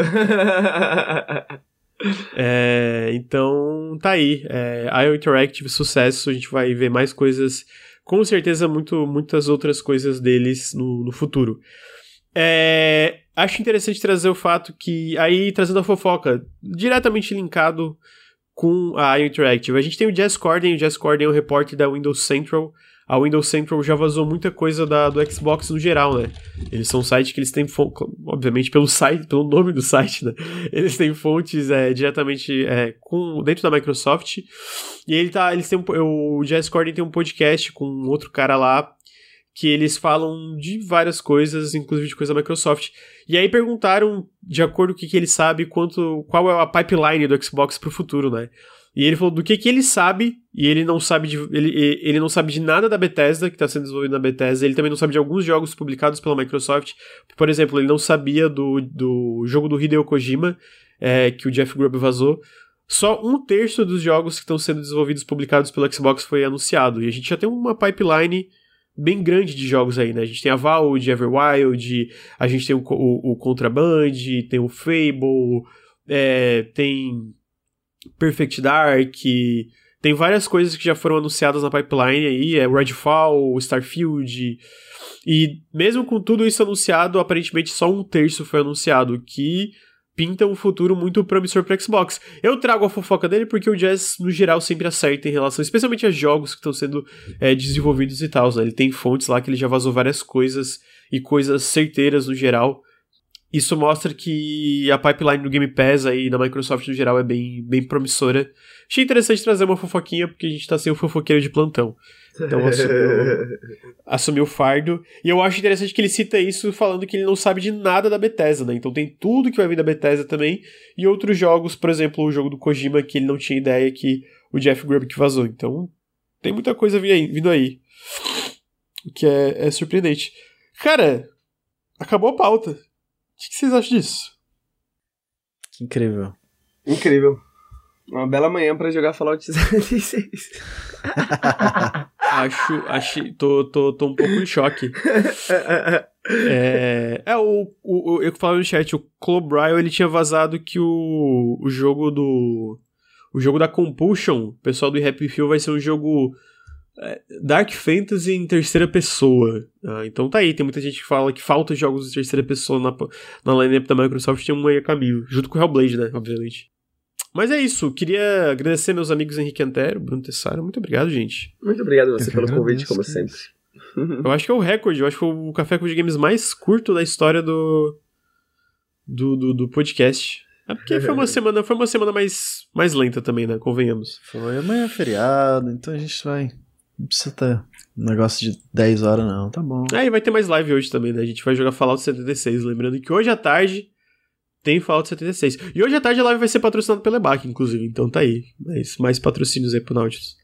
Então, tá aí. IO Interactive, sucesso. A gente vai ver mais coisas, com certeza muitas outras coisas deles no futuro. Acho interessante trazer o fato que, aí trazendo a fofoca, diretamente linkado com a IO Interactive. A gente tem o Jez Corden é um repórter da Windows Central. A Windows Central já vazou muita coisa do Xbox no geral, né? Eles são um site que eles têm, obviamente, pelo nome do site, né? Eles têm fontes diretamente dentro da Microsoft. E o Jez Corden tem um podcast com outro cara lá, que eles falam de várias coisas, inclusive de coisa da Microsoft. E aí perguntaram, de acordo com o que ele sabe, qual é a pipeline do Xbox pro futuro, né? E ele falou do que ele sabe, e ele não sabe ele não sabe de nada da Bethesda, que está sendo desenvolvido na Bethesda. Ele também não sabe de alguns jogos publicados pela Microsoft. Por exemplo, ele não sabia do jogo do Hideo Kojima, que o Jeff Grubb vazou. Só 1/3 dos jogos que estão sendo desenvolvidos publicados pelo Xbox foi anunciado. E a gente já tem uma pipeline bem grande de jogos aí, né? A gente tem a Valve, Everwild, a gente tem o Contraband, tem o Fable, tem Perfect Dark, tem várias coisas que já foram anunciadas na pipeline aí, Redfall, Starfield, E mesmo com tudo isso anunciado, aparentemente só 1/3 foi anunciado, que pinta um futuro muito promissor para Xbox. Eu trago a fofoca dele porque o Jazz, no geral, sempre acerta em relação, especialmente a jogos que estão sendo desenvolvidos e tal, né? Ele tem fontes lá que ele já vazou várias coisas e coisas certeiras no geral. Isso mostra que a pipeline do Game Pass aí da Microsoft no geral é bem promissora. Achei interessante trazer uma fofoquinha porque a gente tá sem o fofoqueiro de plantão. Então assumiu o fardo. E eu acho interessante que ele cita isso falando que ele não sabe de nada da Bethesda, né? Então tem tudo que vai vir da Bethesda também. E outros jogos, por exemplo, o jogo do Kojima, que ele não tinha ideia que o Jeff Grubb que vazou. Então tem muita coisa vindo aí. O que é surpreendente. Cara, acabou a pauta. O que vocês acham disso? Que incrível. Incrível. Uma bela manhã pra jogar Fallout 76. Tô um pouco em choque. Eu falava no chat, o Clobryle, ele tinha vazado que o jogo da Compulsion, o pessoal do Happy Few, vai ser um jogo Dark Fantasy em terceira pessoa. Então tá aí, tem muita gente que fala que falta jogos de terceira pessoa na line-up da Microsoft, tem um aí a caminho, junto com o Hellblade, né, obviamente. Mas é isso, queria agradecer meus amigos Henrique Antero, Bruno Tessaro, muito obrigado, gente. Muito obrigado a você pelo convite, como sempre. Eu acho que é o recorde, eu acho que foi o Café com Games mais curto da história do podcast. É porque foi uma semana mais lenta também, né, convenhamos. Foi, amanhã é feriado, então a gente vai... Não precisa ter um negócio de 10 horas não, tá bom. E vai ter mais live hoje também, né, a gente vai jogar Fallout 76, lembrando que hoje à tarde... tem Fallout 76. E hoje à tarde a live vai ser patrocinada pela EBAC, inclusive. Então tá aí. Mais patrocínios aí pro Nautilus.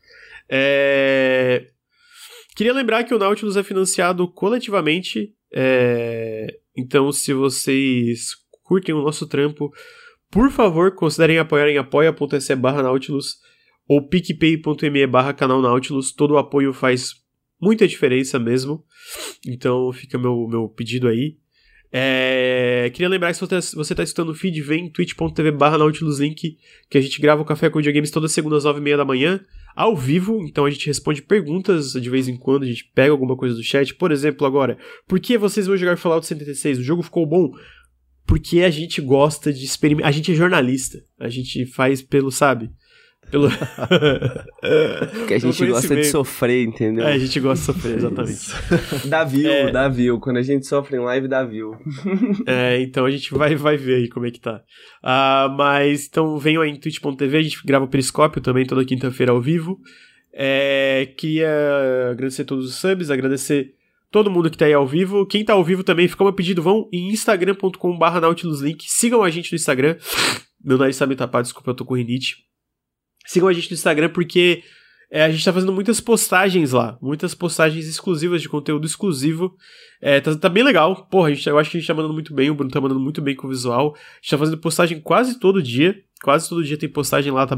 Queria lembrar que o Nautilus é financiado coletivamente. Então, se vocês curtem o nosso trampo, por favor, considerem apoiar em apoia.se/Nautilus ou picpay.me/canal Nautilus. Todo o apoio faz muita diferença mesmo. Então fica meu pedido aí. Queria lembrar que se você tá escutando o feed, vem em twitch.tv/NautilusLink, que a gente grava o Café com Videogames todas as segundas às 9h30 da manhã, ao vivo. Então a gente responde perguntas de vez em quando, a gente pega alguma coisa do chat. Por exemplo, agora, por que vocês vão jogar Fallout 76? O jogo ficou bom? Porque a gente gosta de experimentar. A gente é jornalista, a gente faz pelo, sabe? Porque a gente gosta de sofrer, entendeu? A gente gosta de sofrer, exatamente. Dá view. Quando a gente sofre em live, dá view. Então a gente vai ver aí como é que tá. Mas então venham aí em twitch.tv, a gente grava o Periscópio também toda quinta-feira ao vivo. Queria agradecer todos os subs, agradecer todo mundo que tá aí ao vivo. Quem tá ao vivo também, fica um pedido, vão em instagram.com/NautilusLink. Sigam a gente no Instagram. Meu nariz tá meio tapado, desculpa, eu tô com rinite. Sigam a gente no Instagram porque a gente tá fazendo muitas postagens lá. Muitas postagens exclusivas de conteúdo exclusivo. Tá bem legal. Porra, eu acho que a gente tá mandando muito bem. O Bruno tá mandando muito bem com o visual. A gente tá fazendo postagem quase todo dia. Quase todo dia tem postagem lá.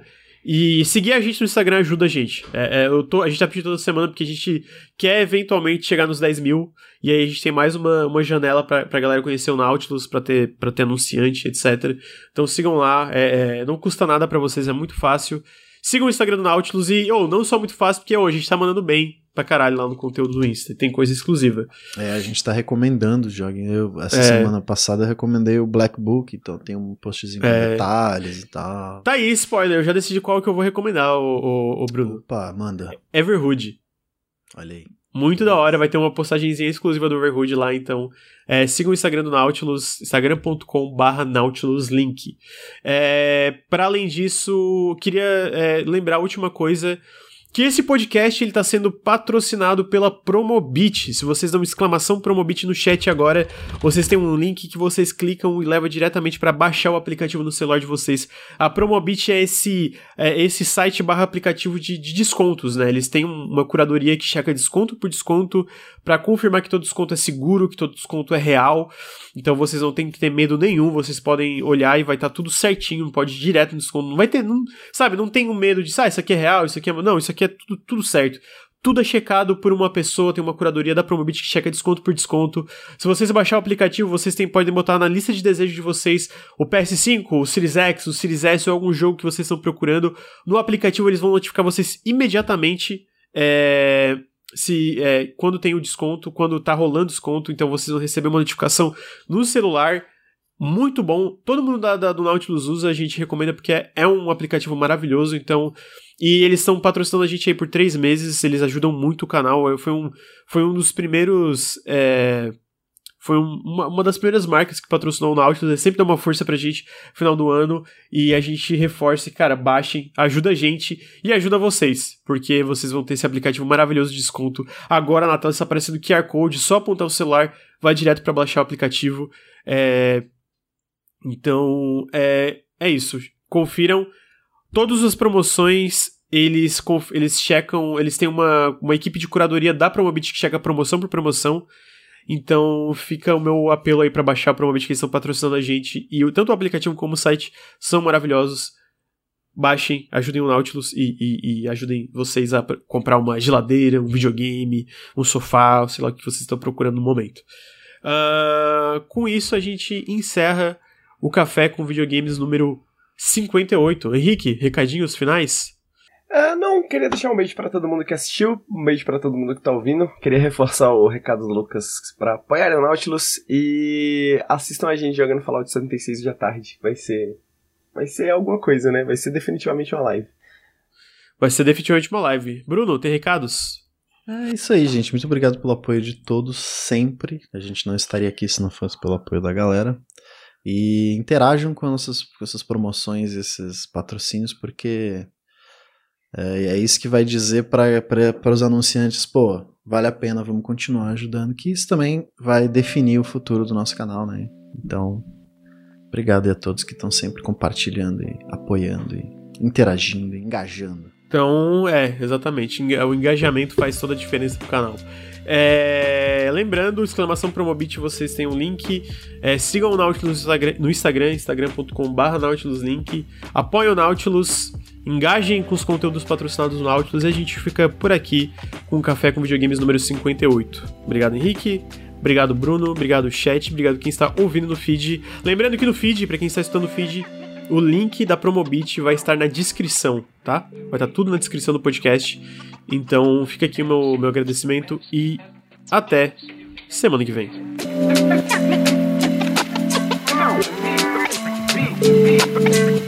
E seguir a gente no Instagram ajuda a gente. A gente tá pedindo toda semana porque a gente quer eventualmente chegar nos 10 mil. E aí a gente tem mais uma janela pra galera conhecer o Nautilus, pra ter anunciante, etc. Então sigam lá. Não custa nada pra vocês, é muito fácil. Sigam o Instagram do Nautilus e, não só muito fácil, porque a gente tá mandando bem pra caralho lá no conteúdo do Insta. Tem coisa exclusiva. A gente tá recomendando jogos. Essa semana passada eu recomendei o Black Book, então tem um postzinho com detalhes e tal. Tá aí, spoiler. Eu já decidi qual que eu vou recomendar, o Bruno. Opa, manda. Everhood. Olha aí. Muito da hora, vai ter uma postagenzinha exclusiva do Overhood lá, então sigam o Instagram do Nautilus, instagram.com/NautilusLink. Para além disso, queria lembrar a última coisa, que esse podcast ele tá sendo patrocinado pela Promobit. Se vocês dão exclamação Promobit no chat agora, vocês têm um link que vocês clicam e leva diretamente para baixar o aplicativo no celular de vocês. A Promobit é esse site /aplicativo de descontos, né? Eles têm uma curadoria que checa desconto por desconto para confirmar que todo desconto é seguro, que todo desconto é real. Então vocês não tem que ter medo nenhum, vocês podem olhar e vai estar tudo certinho, pode ir direto no desconto, não vai ter, não tem um medo de, isso aqui é real, isso aqui é... Não, isso aqui é tudo certo. Tudo é checado por uma pessoa, tem uma curadoria da Promobit que checa desconto por desconto. Se vocês baixar o aplicativo, vocês podem botar na lista de desejos de vocês o PS5, o Series X, o Series S ou algum jogo que vocês estão procurando. No aplicativo eles vão notificar vocês imediatamente quando tem o desconto, quando tá rolando desconto, então vocês vão receber uma notificação no celular. Muito bom, todo mundo do Nautilus usa, a gente recomenda porque é um aplicativo maravilhoso, então, e eles estão patrocinando a gente aí por 3 meses, eles ajudam muito o canal, foi um dos primeiros, foi uma das primeiras marcas que patrocinou o Nautilus, eles sempre dão uma força pra gente no final do ano, e a gente reforça, cara, baixem, ajuda a gente e ajuda vocês, porque vocês vão ter esse aplicativo maravilhoso de desconto. Agora na tela está aparecendo o QR Code, só apontar o celular, vai direto pra baixar o aplicativo. Então, é isso. Confiram. Todas as promoções, eles checam, eles têm uma equipe de curadoria da Promobit que checa promoção por promoção. Então, fica o meu apelo aí pra baixar a Promobit, que eles estão patrocinando a gente. E tanto o aplicativo como o site são maravilhosos. Baixem, ajudem o Nautilus e ajudem vocês a comprar uma geladeira, um videogame, um sofá, sei lá o que vocês estão procurando no momento. Com isso, a gente encerra o Café com Videogames número 58. Henrique, recadinhos finais? Não, queria deixar um beijo pra todo mundo que assistiu, um beijo pra todo mundo que tá ouvindo. Queria reforçar o recado do Lucas pra apoiarem o Nautilus e assistam a gente jogando Fallout 76 hoje à tarde. Vai ser alguma coisa, né? Vai ser definitivamente uma live. Vai ser definitivamente uma live. Bruno, tem recados? É isso aí, gente. Muito obrigado pelo apoio de todos, sempre. A gente não estaria aqui se não fosse pelo apoio da galera. E interajam com essas promoções, esses patrocínios, porque é isso que vai dizer para os anunciantes, pô, vale a pena, vamos continuar ajudando, que isso também vai definir o futuro do nosso canal, né? Então, obrigado a todos que estão sempre compartilhando e apoiando e interagindo e engajando. Então, exatamente, o engajamento faz toda a diferença pro canal. Lembrando, exclamação Promobit, vocês têm um link. Sigam o Nautilus no Instagram, instagram.com/nautiluslink. Apoiem o Nautilus, engajem com os conteúdos patrocinados do Nautilus e a gente fica por aqui com o Café com Videogames número 58. Obrigado, Henrique. Obrigado, Bruno. Obrigado, chat. Obrigado quem está ouvindo no feed. Lembrando que no feed, para quem está escutando o feed, o link da Promobit vai estar na descrição, tá? Vai estar tudo na descrição do podcast. Então fica aqui o meu agradecimento e até semana que vem.